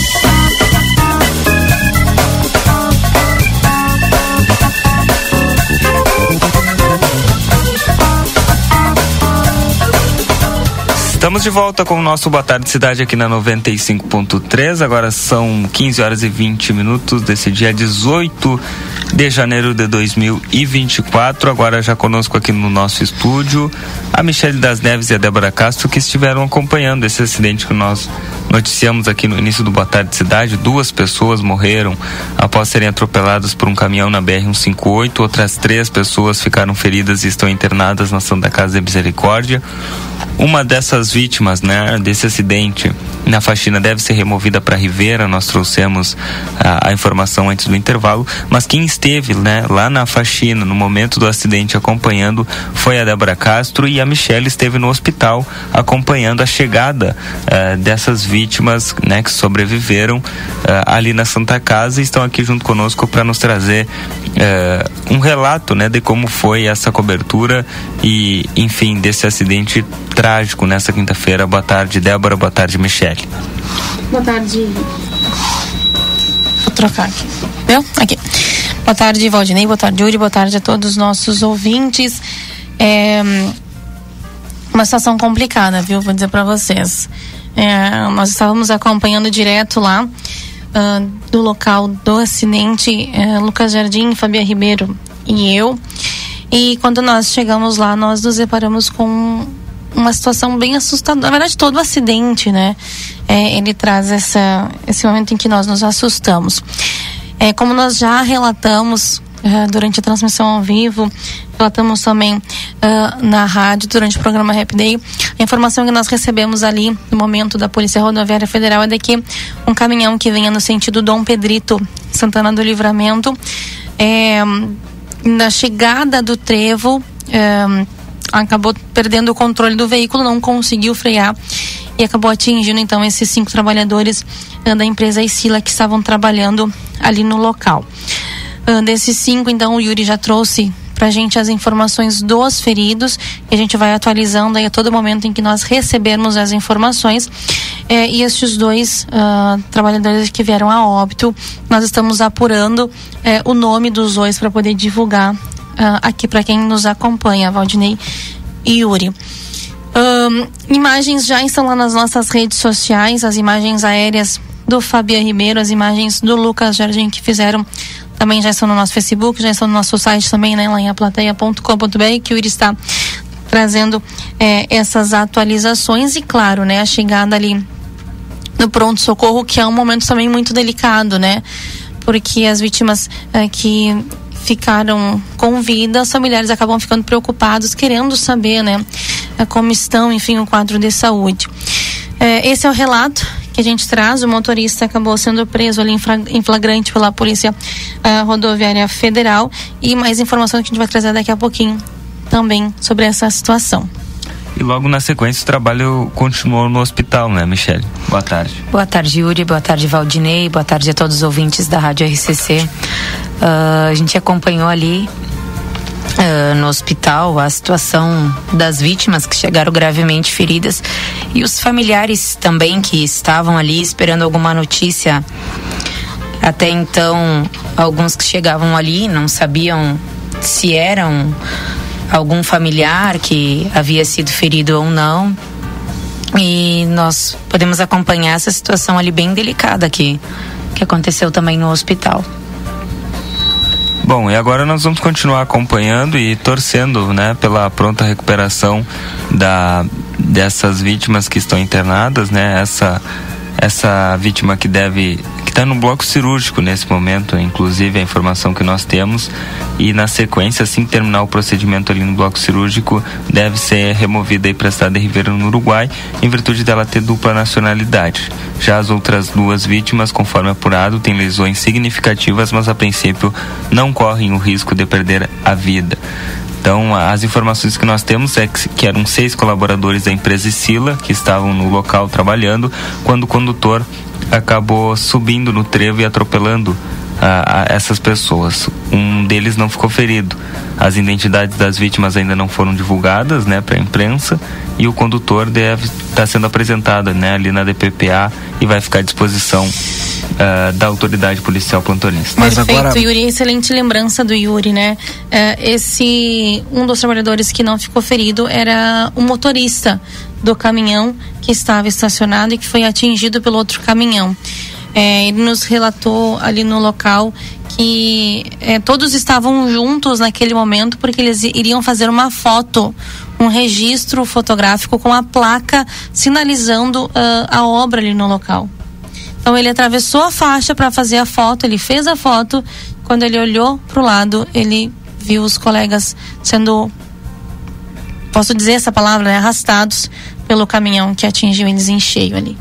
Speaker 3: Estamos de volta com o nosso Boa Tarde Cidade aqui na noventa e cinco ponto três. Agora são quinze horas e vinte minutos desse dia dezoito de janeiro de dois mil e vinte e quatro. Agora já conosco aqui no nosso estúdio a Michele das Neves e a Débora Castro, que estiveram acompanhando esse acidente que nós noticiamos aqui no início do Boa Tarde Cidade. Duas pessoas morreram após serem atropeladas por um caminhão na B R cento e cinquenta e oito. Outras três pessoas ficaram feridas e estão internadas na Santa Casa de Misericórdia. Uma dessas vítimas, né, desse acidente na faxina deve ser removida para Rivera. Nós trouxemos a, a informação antes do intervalo, mas quem esteve, né, lá na faxina no momento do acidente acompanhando foi a Débora Castro, e a Michele esteve no hospital acompanhando a chegada uh, dessas vítimas, né, que sobreviveram uh, ali na Santa Casa, e estão aqui junto conosco para nos trazer uh, um relato, né, de como foi essa cobertura e, enfim, desse acidente trágico nessa quinta-feira. Boa tarde, Débora. Boa tarde, Michele.
Speaker 4: Boa tarde. Vou trocar aqui. Viu? Aqui. Boa tarde, Valdinei. Boa tarde, Yuri. Boa tarde a todos os nossos ouvintes. É uma situação complicada, viu? Vou dizer para vocês. É, nós estávamos acompanhando direto lá uh, do local do acidente, uh, Lucas Jardim, Fabia Ribeiro e eu. E quando nós chegamos lá, nós nos deparamos com uma situação bem assustadora. Na verdade, todo acidente, né? É, ele traz essa, esse momento em que nós nos assustamos. É, como nós já relatamos uh, durante a transmissão ao vivo, relatamos também uh, na rádio durante o programa Happy Day, a informação que nós recebemos ali no momento da Polícia Rodoviária Federal é de que um caminhão que vinha no sentido Dom Pedrito, Santana do Livramento, é, na chegada do trevo, é, acabou perdendo o controle do veículo, não conseguiu frear e acabou atingindo então esses cinco trabalhadores uh, da empresa Isila que estavam trabalhando ali no local. Uh, desses cinco, então, o Yuri já trouxe pra gente as informações dos feridos, e a gente vai atualizando aí a todo momento em que nós recebermos as informações. É, e estes dois uh, trabalhadores que vieram a óbito, nós estamos apurando é, o nome dos dois para poder divulgar uh, aqui para quem nos acompanha, Valdinei e Yuri. Um, imagens já estão lá nas nossas redes sociais, as imagens aéreas do Fabia Ribeiro, as imagens do Lucas Jardim que fizeram também já estão no nosso Facebook, já estão no nosso site também, né, lá em aplateia ponto com ponto b r, que o Yuri está trazendo é, essas atualizações. E claro, né, a chegada ali no pronto-socorro, que é um momento também muito delicado, né, porque as vítimas é, que ficaram com vida, os familiares acabam ficando preocupados, querendo saber, né, é, como estão, enfim, o quadro de saúde. É, esse é o relato que a gente traz. O motorista acabou sendo preso ali em flagrante pela Polícia uh, Rodoviária Federal, e mais informações que a gente vai trazer daqui a pouquinho também sobre essa situação.
Speaker 3: E logo na sequência o trabalho continuou no hospital, né, Michele? Boa tarde.
Speaker 15: Boa tarde, Yuri. Boa tarde, Valdinei. Boa tarde a todos os ouvintes da Rádio R C C. Uh, a gente acompanhou ali Uh, no hospital a situação das vítimas que chegaram gravemente feridas, e os familiares também que estavam ali esperando alguma notícia. Até então, alguns que chegavam ali não sabiam se eram algum familiar que havia sido ferido ou não, e nós podemos acompanhar essa situação ali bem delicada que, que aconteceu também no hospital.
Speaker 3: Bom, e agora nós vamos continuar acompanhando e torcendo, né, pela pronta recuperação da, dessas vítimas que estão internadas, né, essa, essa vítima que deve, que está no bloco cirúrgico nesse momento, inclusive a informação que nós temos, e na sequência, assim que terminar o procedimento ali no bloco cirúrgico, deve ser removida e prestada em Ribeira, no Uruguai, em virtude dela ter dupla nacionalidade. Já as outras duas vítimas, conforme apurado, têm lesões significativas, mas a princípio não correm o risco de perder a vida. Então, as informações que nós temos é que, que eram seis colaboradores da empresa Isila que estavam no local trabalhando, quando o condutor acabou subindo no trevo e atropelando a, a essas pessoas. Um deles não ficou ferido. As identidades das vítimas ainda não foram divulgadas, né, para a imprensa, e o condutor deve estar tá sendo apresentado, né, ali na D P P A e vai ficar à disposição uh, da autoridade policial plantonista.
Speaker 4: Mas Perfeito, agora... Yuri, excelente lembrança do Yuri, né? Uh, esse, um dos trabalhadores que não ficou ferido era o motorista do caminhão que estava estacionado e que foi atingido pelo outro caminhão. É, ele nos relatou ali no local que é, todos estavam juntos naquele momento porque eles iriam fazer uma foto, um registro fotográfico com a placa sinalizando uh, a obra ali no local. Então ele atravessou a faixa para fazer a foto, ele fez a foto, quando ele olhou para o lado, ele viu os colegas sendo, posso dizer essa palavra, né, arrastados pelo caminhão que atingiu eles em cheio ali.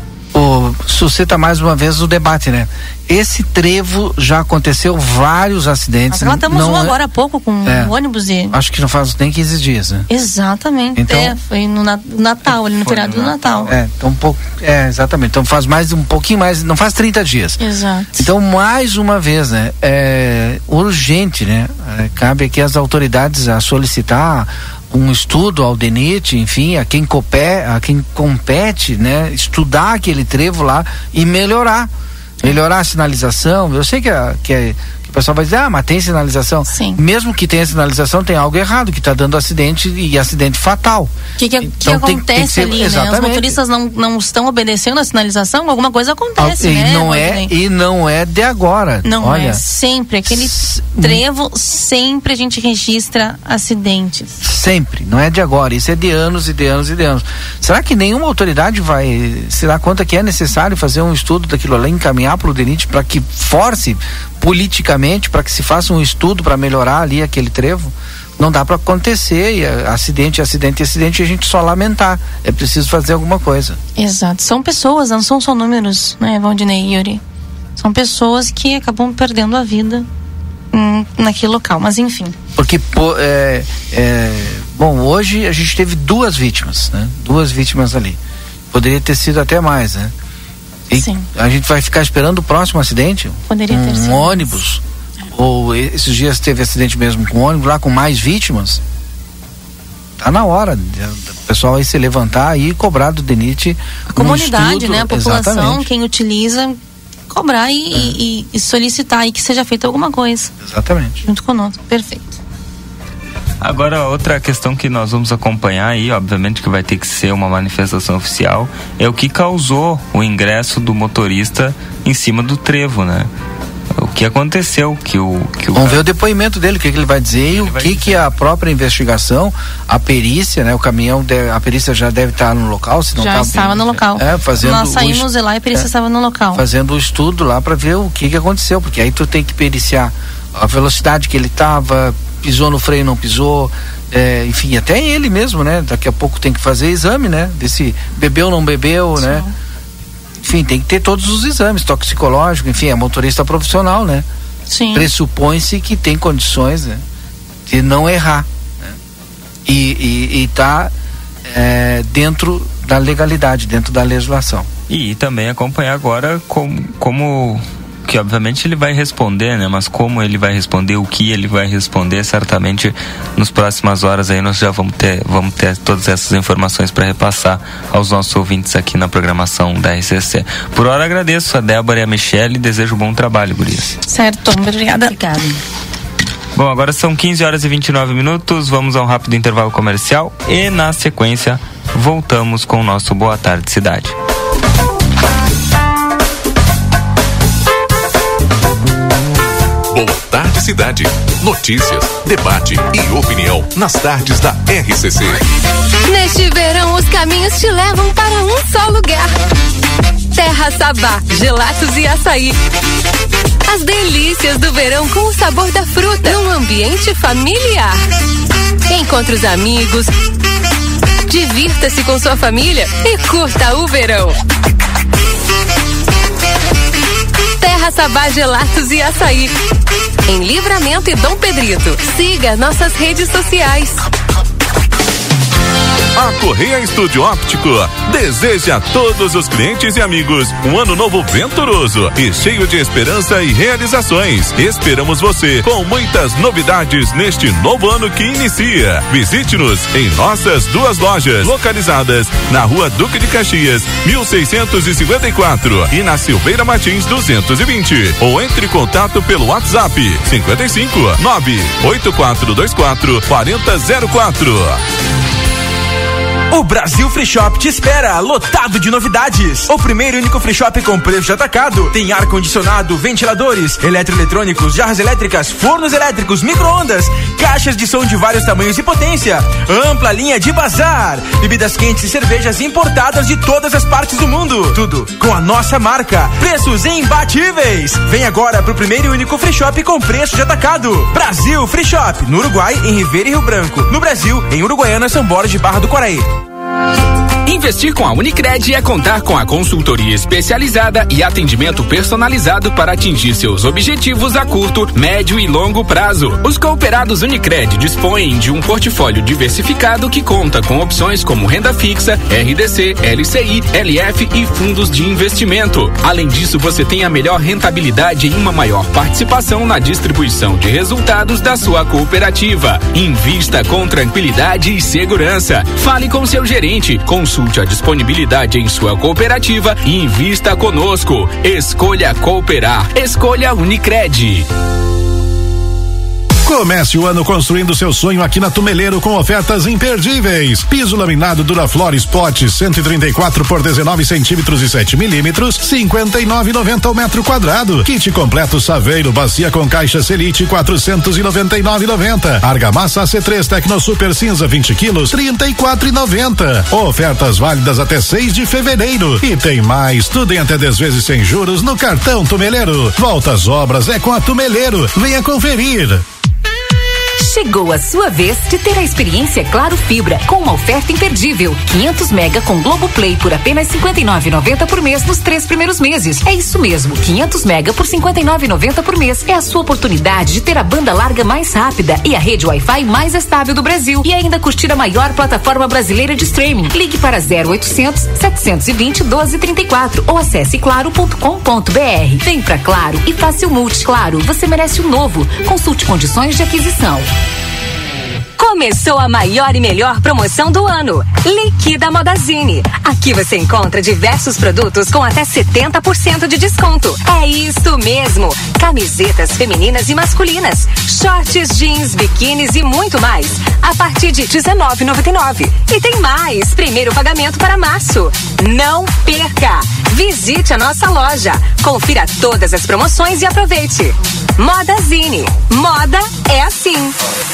Speaker 2: O, suscita mais uma vez o debate, né? Esse trevo já aconteceu vários acidentes.
Speaker 4: Nós relatamos um agora há pouco com é, um ônibus e...
Speaker 2: Acho que não faz nem quinze dias, né?
Speaker 4: Exatamente.
Speaker 2: Então,
Speaker 4: é, foi no Natal, ali no feriado do Natal.
Speaker 2: É, então um pouco, é, exatamente. Então faz mais, um pouquinho mais, não faz trinta dias.
Speaker 4: Exato.
Speaker 2: Então, mais uma vez, né? É urgente, né? É, cabe aqui às autoridades a solicitar um estudo ao D N I T, enfim, a quem, compete, a quem compete, né? Estudar aquele trevo lá e melhorar. Melhorar a sinalização. Eu sei que, a, que, a, que o pessoal vai dizer, ah, mas tem sinalização.
Speaker 4: Sim.
Speaker 2: Mesmo que tenha sinalização, tem algo errado, que está dando acidente e acidente fatal.
Speaker 4: O que, que,
Speaker 2: então,
Speaker 4: que
Speaker 2: tem,
Speaker 4: acontece
Speaker 2: tem que ser,
Speaker 4: ali,
Speaker 2: exatamente,
Speaker 4: né? Os motoristas não, não estão obedecendo a sinalização, alguma coisa acontece,
Speaker 2: e
Speaker 4: né?
Speaker 2: Não é, e não é de agora.
Speaker 4: Não
Speaker 2: Olha,
Speaker 4: é, sempre. Aquele trevo, sempre a gente registra acidentes.
Speaker 2: Sempre, não é de agora, isso é de anos e de anos e de anos. Será que nenhuma autoridade vai se dar conta que é necessário fazer um estudo daquilo ali, encaminhar para o D N I T para que force politicamente, para que se faça um estudo para melhorar ali aquele trevo? Não dá para acontecer, e acidente, acidente, acidente, e a gente só lamentar. É preciso fazer alguma coisa.
Speaker 4: Exato, são pessoas, não são só números, né, Valdinei e Yuri? São pessoas que acabam perdendo a vida hum, naquele local, mas enfim.
Speaker 2: Porque, pô, é, é, bom, hoje a gente teve duas vítimas, né? Duas vítimas ali. Poderia ter sido até mais, né? E
Speaker 4: Sim.
Speaker 2: A gente vai ficar esperando o próximo acidente?
Speaker 4: Poderia
Speaker 2: um,
Speaker 4: ter sido.
Speaker 2: Um ônibus? Ou esses dias teve acidente mesmo com ônibus lá com mais vítimas? Tá na hora o pessoal aí se levantar e cobrar do D N I T.
Speaker 4: A comunidade, estudo, né? A população,
Speaker 2: exatamente.
Speaker 4: Quem utiliza, cobrar e, é. e, e solicitar aí que seja feita alguma coisa.
Speaker 2: Exatamente.
Speaker 4: Junto conosco, perfeito.
Speaker 3: Agora, outra questão que nós vamos acompanhar aí, obviamente que vai ter que ser uma manifestação oficial, é o que causou o ingresso do motorista em cima do trevo, né? O que aconteceu, que o... Que o
Speaker 2: Vamos ver o depoimento dele, o que, que ele vai dizer e o que, que a própria investigação, a perícia, né? O caminhão, deve, a perícia já deve estar no local, se não
Speaker 4: já
Speaker 2: tá,
Speaker 4: estava no local.
Speaker 2: É, fazendo
Speaker 4: Nós saímos de lá e a perícia é, estava no local.
Speaker 2: Fazendo o estudo lá para ver o que, que aconteceu, porque aí tu tem que periciar a velocidade que ele estava, pisou no freio, não pisou, é, enfim, até ele mesmo, né? Daqui a pouco tem que fazer exame, né? Ver se bebeu ou não bebeu, Sim. né? Enfim, tem que ter todos os exames, toxicológico, enfim, é motorista profissional, né?
Speaker 4: Sim.
Speaker 2: Pressupõe-se que tem condições, né, de não errar, né? E, e, e tá é, dentro da legalidade, dentro da legislação.
Speaker 3: E, e também acompanhar agora como, como que obviamente ele vai responder, né? Mas como ele vai responder, o que ele vai responder, certamente nas próximas horas aí nós já vamos ter, vamos ter todas essas informações para repassar aos nossos ouvintes aqui na programação da R C C. Por hora agradeço a Débora e a Michele e desejo bom trabalho, gurias.
Speaker 4: Certo, obrigada. Obrigada.
Speaker 3: Bom, agora são quinze horas e vinte e nove minutos, vamos a um rápido intervalo comercial e na sequência voltamos com o nosso Boa Tarde Cidade.
Speaker 1: Boa Tarde Cidade. Notícias, debate e opinião nas tardes da R C C.
Speaker 20: Neste verão, os caminhos te levam para um só lugar. Terra Sabá, gelatos e açaí. As delícias do verão com o sabor da fruta num ambiente familiar. Encontre os amigos, divirta-se com sua família e curta o verão. Terra Sabá, gelatos e açaí. Em Livramento e Dom Pedrito. Siga nossas redes sociais.
Speaker 21: A Correia Estúdio Óptico deseja a todos os clientes e amigos um ano novo venturoso e cheio de esperança e realizações. Esperamos você com muitas novidades neste novo ano que inicia. Visite-nos em nossas duas lojas, localizadas na Rua Duque de Caxias, mil seiscentos e cinquenta e quatro e na Silveira Martins duzentos e vinte, ou entre em contato pelo WhatsApp cinquenta e cinco, nove oito quatro dois quatro, quatro zero zero quatro.
Speaker 22: O Brasil Free Shop te espera, lotado de novidades. O primeiro e único free shop com preço de atacado. Tem ar-condicionado, ventiladores, eletroeletrônicos, jarras elétricas, fornos elétricos, micro-ondas, caixas de som de vários tamanhos e potência, ampla linha de bazar, bebidas quentes e cervejas importadas de todas as partes do mundo. Tudo com a nossa marca. Preços imbatíveis. Vem agora pro primeiro e único free shop com preço de atacado. Brasil Free Shop, no Uruguai, em Ribeira e Rio Branco. No Brasil, em Uruguaiana, São Borges de Barra do Quaraí.
Speaker 23: Investir com a Unicred é contar com a consultoria especializada e atendimento personalizado para atingir seus objetivos a curto, médio e longo prazo. Os cooperados Unicred dispõem de um portfólio diversificado que conta com opções como renda fixa, R D C, L C I, L F e fundos de investimento. Além disso, você tem a melhor rentabilidade e uma maior participação na distribuição de resultados da sua cooperativa. Invista com tranquilidade e segurança. Fale com seu gerente, consulte a disponibilidade em sua cooperativa e invista conosco. Escolha cooperar. Escolha Unicred.
Speaker 24: Comece o ano construindo seu sonho aqui na Tumeleiro com ofertas imperdíveis. Piso laminado Duraflor Spot cento e trinta e quatro por dezenove centímetros e sete milímetros, cinquenta e nove e noventa o metro quadrado. Kit completo Saveiro, bacia com caixa Selite, quatrocentos e noventa e nove e noventa. Argamassa A C três Tecno Super Cinza vinte quilos, trinta e quatro e noventa. Ofertas válidas até seis de fevereiro. E tem mais, tudo em até dez vezes sem juros no cartão Tumeleiro. Volta às obras é com a Tumeleiro. Venha conferir.
Speaker 6: Chegou a sua vez de ter a experiência Claro Fibra com uma oferta imperdível. quinhentos mega com Globoplay por apenas cinquenta e nove reais e noventa centavos por mês nos três primeiros meses. É isso mesmo, quinhentos mega por cinquenta e nove reais e noventa centavos por mês. É a sua oportunidade de ter a banda larga mais rápida e a rede Wi-Fi mais estável do Brasil e ainda curtir a maior plataforma brasileira de streaming. Ligue para zero oitocentos, setecentos e vinte, doze trinta e quatro ou acesse claro ponto com ponto br. Vem pra Claro e faça o multi. Claro, você merece o novo. Consulte condições de aquisição. Começou a maior e melhor promoção do ano. Liquida Modazine. Aqui você encontra diversos produtos com até setenta por cento de desconto. É isso mesmo. Camisetas femininas e masculinas, shorts, jeans, biquínis e muito mais. A partir de dezenove reais e noventa e nove centavos. E tem mais. Primeiro pagamento para março. Não perca. Visite a nossa loja. Confira todas as promoções e aproveite. Modazine. Moda é assim.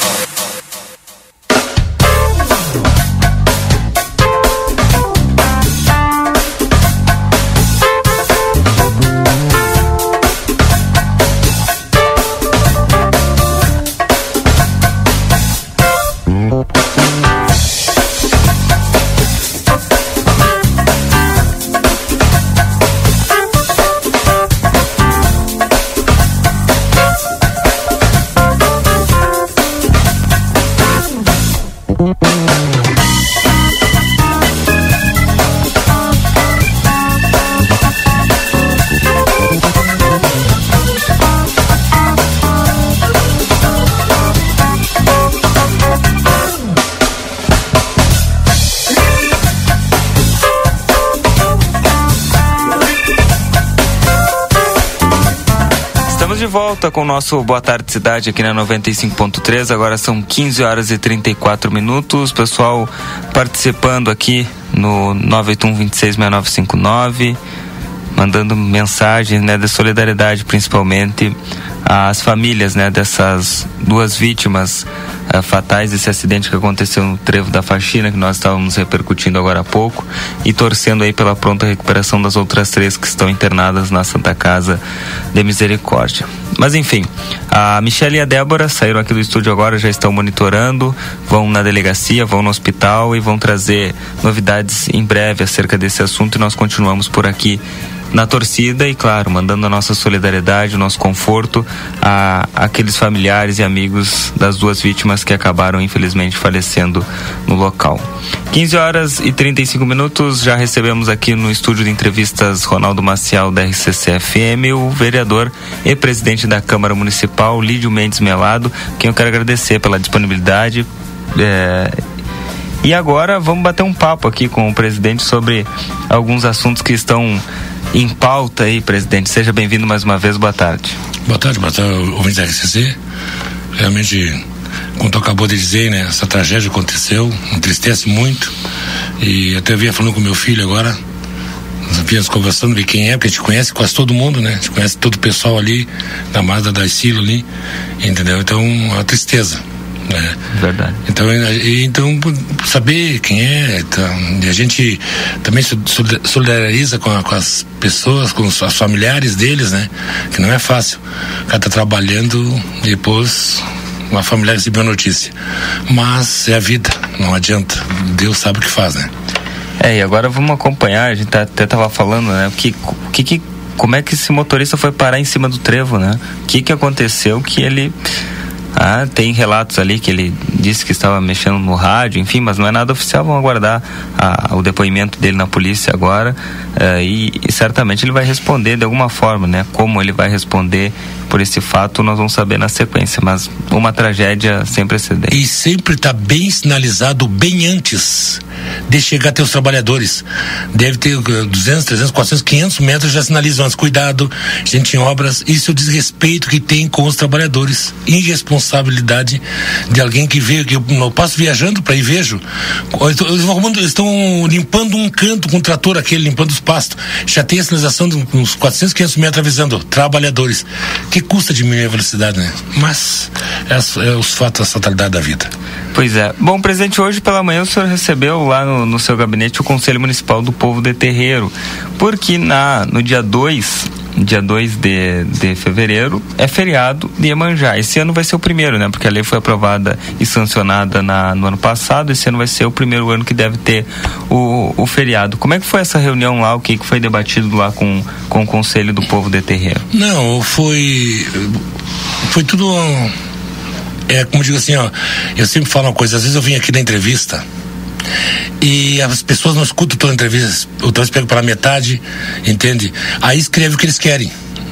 Speaker 3: De volta com o nosso Boa Tarde Cidade aqui na noventa e cinco ponto três. Agora são quinze horas e trinta e quatro minutos. Pessoal participando aqui no nove oito um, dois seis, seis nove cinco nove, mandando mensagens, né, de solidariedade, principalmente às famílias, né, dessas duas vítimas uh, fatais desse acidente que aconteceu no Trevo da Faxina, que nós estávamos repercutindo agora há pouco, e torcendo aí pela pronta recuperação das outras três que estão internadas na Santa Casa de Misericórdia. Mas enfim, a Michelle e a Débora saíram aqui do estúdio agora, já estão monitorando, vão na delegacia, vão no hospital e vão trazer novidades em breve acerca desse assunto, e nós continuamos por aqui na torcida e, claro, mandando a nossa solidariedade, o nosso conforto a, a aqueles familiares e amigos das duas vítimas que acabaram infelizmente falecendo no local. quinze horas e trinta e cinco minutos, já recebemos aqui no estúdio de entrevistas Ronaldo Maciel da R C C F M, o vereador e presidente da Câmara Municipal, Lídio Mendes Melado, quem eu quero agradecer pela disponibilidade. É... E agora vamos bater um papo aqui com o presidente sobre alguns assuntos que estão em pauta aí, presidente. Seja bem-vindo mais uma vez, boa tarde.
Speaker 5: Boa tarde, boa tarde, ouvintes da R C C. Realmente, como tu acabou de dizer, né, essa tragédia aconteceu, entristece muito, e até eu vinha falando com meu filho agora, nós vinhamos conversando, ver quem é, porque a gente conhece quase todo mundo, né, a gente conhece todo o pessoal ali, da Mazda da Silo ali, entendeu? Então, é uma tristeza, né?
Speaker 3: Verdade.
Speaker 5: Então, então saber quem é, então, e a gente também solidariza com, a, com as pessoas, com os, os familiares deles, né, que não é fácil, o cara tá trabalhando e depois uma familiar recebeu a notícia, mas é a vida, não adianta, Deus sabe o que faz, né?
Speaker 3: É, e agora vamos acompanhar, a gente tá, até tava falando, né, que, que, que, como é que esse motorista foi parar em cima do trevo, né? O que que aconteceu que ele... Ah, tem relatos ali que ele disse que estava mexendo no rádio, enfim, mas não é nada oficial. Vamos aguardar a, o depoimento dele na polícia agora, uh, e, e certamente ele vai responder de alguma forma, né? Como ele vai responder por esse fato, nós vamos saber na sequência, mas uma tragédia sem precedentes.
Speaker 5: E sempre está bem sinalizado, bem antes de chegar até os trabalhadores. Deve ter duzentos, trezentos, quatrocentos, quinhentos metros, já sinalizam antes. Cuidado, gente em obras. Isso é o desrespeito que tem com os trabalhadores. Irresponsabilidade de alguém que veio, que eu não passo viajando para ir, vejo. Eles estão limpando um canto com o trator aquele, limpando os pastos. Já tem a sinalização de uns quatrocentos, quinhentos metros avisando trabalhadores. Que custa diminuir a velocidade, né? Mas é, é os fatos, a fatalidade da vida.
Speaker 3: Pois é. Bom, presidente, hoje pela manhã o senhor recebeu lá no, no seu gabinete o Conselho Municipal do Povo de Terreiro, porque na, no dia dois, dia dois de, de fevereiro, é feriado de Iemanjá. Esse ano vai ser o primeiro, né? Porque a lei foi aprovada e sancionada na, no ano passado, esse ano vai ser o primeiro ano que deve ter o, o feriado. Como é que foi essa reunião lá? O que, que foi debatido lá com, com o Conselho do Povo de Terreiro?
Speaker 5: Não, foi... Foi tudo... É, como eu digo assim, ó, eu sempre falo uma coisa, às vezes eu vim aqui na entrevista e as pessoas não escutam toda a entrevista, ou talvez pegam pela metade, entende? Aí escreve o que eles querem.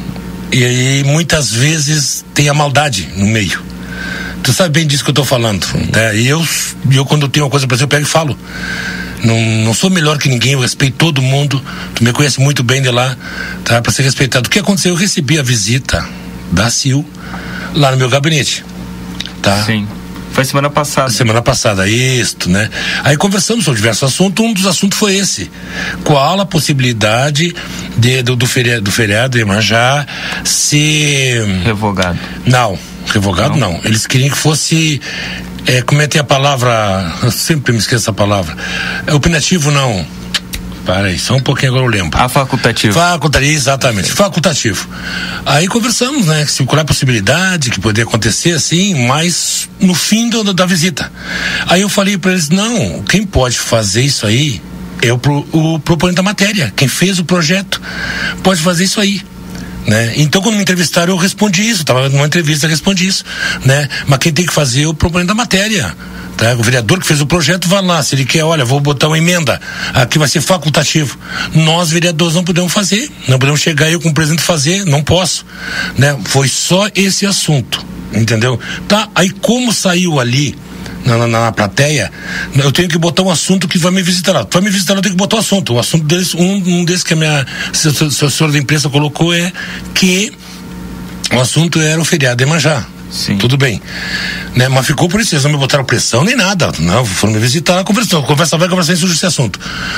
Speaker 5: E aí muitas vezes tem a maldade no meio. Tu sabe bem disso que eu tô falando, né? E eu, eu quando eu tenho uma coisa pra dizer, eu pego e falo. Não, não sou melhor que ninguém, eu respeito todo mundo, tu me conhece muito bem de lá, tá? Pra ser respeitado. O que aconteceu? Eu recebi a visita da C I U lá no meu gabinete. Tá?
Speaker 3: Sim. Foi semana passada.
Speaker 5: Semana passada, isto, né? Aí conversamos sobre diversos assuntos, um dos assuntos foi esse. Qual a possibilidade de, do, do, feriado, do feriado de Iemanjá ser...
Speaker 3: Revogado.
Speaker 5: Não, revogado não. não. Eles queriam que fosse... É, como é que tem a palavra... Eu sempre me esqueço essa palavra. É opinativo, não. Para aí, só um pouquinho agora eu lembro.
Speaker 3: A facultativo.
Speaker 5: Facultativo, exatamente, okay. Facultativo. Aí conversamos, né, se qual é a possibilidade que poderia acontecer assim, mas no fim do, da visita. Aí eu falei para eles, não, quem pode fazer isso aí é o, pro, o proponente da matéria, quem fez o projeto pode fazer isso aí. Né? Então quando me entrevistaram eu respondi isso, estava numa entrevista, eu respondi isso, né? Mas quem tem que fazer é o proponente da matéria, tá? O vereador que fez o projeto vai lá, se ele quer, olha, vou botar uma emenda, aqui vai ser facultativo. Nós vereadores não podemos fazer, não podemos chegar eu como presidente fazer, não posso, né? Foi só esse assunto, entendeu? Tá, aí como saiu ali Na, na, na plateia, eu tenho que botar um assunto que vai me visitar lá. Vai me visitar lá, eu tenho que botar o um assunto. O assunto deles, um, um desses que a minha assessora da imprensa colocou é que o assunto era o feriado de Iemanjá.
Speaker 3: Sim.
Speaker 5: Tudo bem, né? Mas ficou por isso, eles não me botaram pressão nem nada, não, foram me visitar, conversando, conversa vai, conversar sobre esse assunto.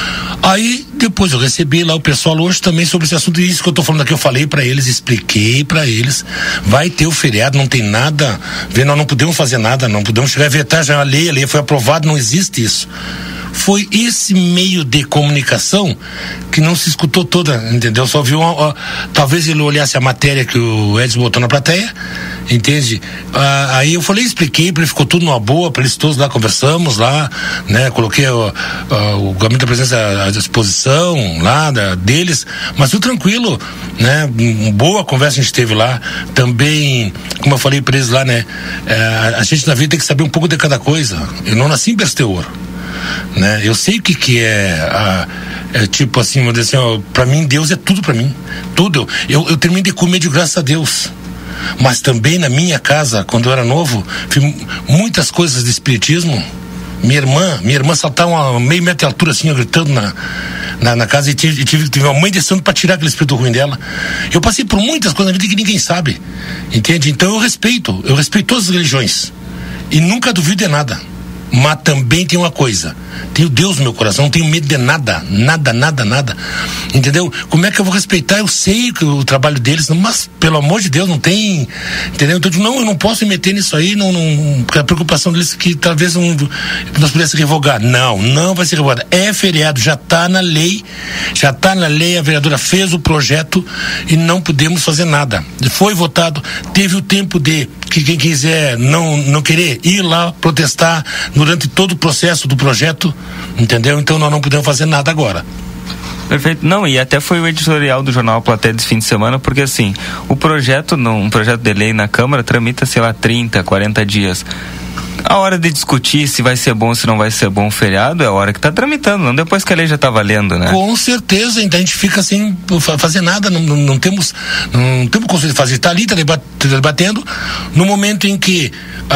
Speaker 5: Aí, depois eu recebi lá o pessoal hoje também sobre esse assunto, e isso que eu tô falando aqui, eu falei pra eles, expliquei pra eles, vai ter o feriado, não tem nada, vê, nós não podemos fazer nada, não podemos chegar a vetar já a lei, a lei foi aprovada, não existe isso. Foi esse meio de comunicação que não se escutou toda, entendeu? Só viu, ó, talvez ele olhasse a matéria que o Edson botou na plateia, entende? Ah, aí eu falei, expliquei para ele, ficou tudo numa boa, para eles todos lá, conversamos lá, né? Coloquei ó, ó, o gabinete da presença à disposição lá da, deles, mas tudo tranquilo, né? Uma boa conversa a gente teve lá, também, como eu falei para eles lá, né? É, a gente na vida tem que saber um pouco de cada coisa, eu não nasci em berço de ouro. né? Eu sei o que que é, a, é tipo assim, vou dizer assim, ó, pra mim Deus é tudo pra mim, tudo. Eu, eu terminei de comer de graças a Deus. Mas também na minha casa, quando eu era novo, fiz muitas coisas de espiritismo. Minha irmã, minha irmã saltava uma meio metro de altura assim, gritando na, na, na casa, e tive, tive, tive uma mãe descendo para tirar aquele espírito ruim dela. Eu passei por muitas coisas na vida que ninguém sabe, entende? Então eu respeito, eu respeito todas as religiões e nunca duvido de nada. Mas também tem uma coisa, tenho Deus no meu coração, não tenho medo de nada, nada, nada, nada, entendeu? Como é que eu vou respeitar? Eu sei que o trabalho deles, mas pelo amor de Deus, não tem, entendeu? Então, não, eu não posso me meter nisso aí, não, não, porque a preocupação deles é que talvez um, nós pudéssemos revogar. Não, não vai ser revogado, é feriado, já está na lei, já está na lei, a vereadora fez o projeto e não podemos fazer nada. Foi votado, teve o tempo de que quem quiser não, não querer ir lá protestar durante todo o processo do projeto, entendeu? Então nós não podemos fazer nada agora.
Speaker 3: Perfeito. Não, e até foi o editorial do jornal Platéia desse fim de semana, porque assim, o projeto, um projeto de lei na Câmara tramita, sei lá, trinta, quarenta dias. A hora de discutir se vai ser bom, se não vai ser bom o feriado, é a hora que está tramitando, não depois que a lei já está valendo, né? Com certeza, então a gente fica sem fazer nada, não, não, não temos não temos condições de fazer, está ali, está debatendo, no momento em que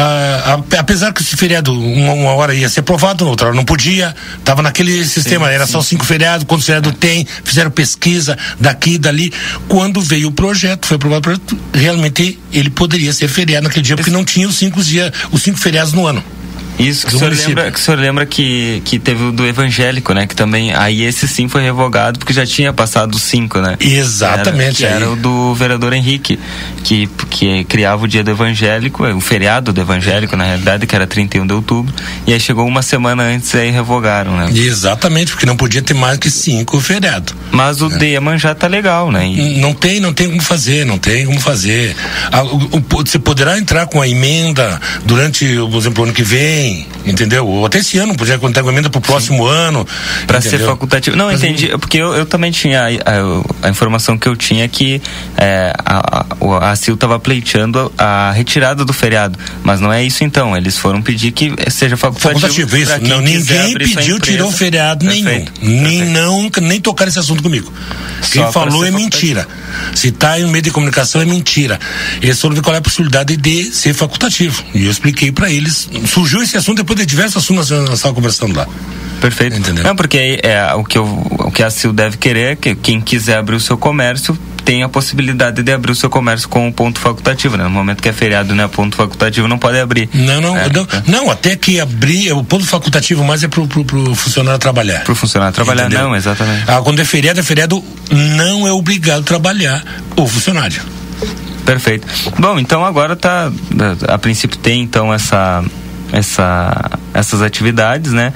Speaker 3: ah, apesar que esse feriado uma, uma hora ia ser aprovado, outra hora não podia, estava naquele sistema, sim, era sim. Só cinco feriados, quantos feriados tem, fizeram pesquisa daqui e dali, quando veio o projeto, foi aprovado o projeto, realmente ele poderia ser feriado naquele dia, porque não tinha os cinco dias, os cinco feriados no ano. Isso, que o, senhor lembra, que o senhor lembra que, que teve o do evangélico, né? Que também, aí esse sim foi revogado porque já tinha passado os cinco, né? Exatamente. Era, que era o do vereador Henrique, que, que criava o dia do evangélico, o feriado do evangélico, na realidade, que era trinta e um de outubro, e aí chegou uma semana antes e aí revogaram, né? Exatamente, porque não podia ter mais que cinco feriados. Mas o é. de Iemanjá tá legal, né? E... Não tem, não tem como fazer, não tem como fazer. Ah, o, o, você poderá entrar com a emenda durante, por exemplo, o ano que vem, entendeu? Ou até esse ano, podia contar com emenda pro próximo Sim. ano. Pra entendeu? Ser facultativo. Não, Mas, entendi, porque eu, eu também tinha a, a, a informação que eu tinha que é, a, a, a C I L tava pleiteando a, a retirada do feriado, mas não é isso então, eles foram pedir que seja facultativo. Facultativo, isso. Não, ninguém pediu, tirou o feriado Perfeito. nenhum. Nem, não, nem tocar esse assunto comigo. Quem Só falou é mentira. Se tá em meio de comunicação é mentira. Eles foram ver qual é a possibilidade de ser facultativo. E eu expliquei pra eles. Surgiu esse assunto depois de diversos assuntos nós estávamos conversando lá. Perfeito. Entendeu? Não, porque é, o, que eu, o que a C I L deve querer é que quem quiser abrir o seu comércio tem a possibilidade de abrir o seu comércio com um ponto facultativo, né? No momento que é feriado, né? Ponto facultativo não pode abrir. Não, não, é, não, é. não, até que abrir, o ponto facultativo mais é pro, pro, pro funcionário trabalhar. Pro funcionário trabalhar, Entendeu? Não, exatamente. Ah, quando é feriado, é feriado, não é obrigado a trabalhar o funcionário. Perfeito. Bom, então agora tá, a princípio tem então essa... Essa, essas atividades, né?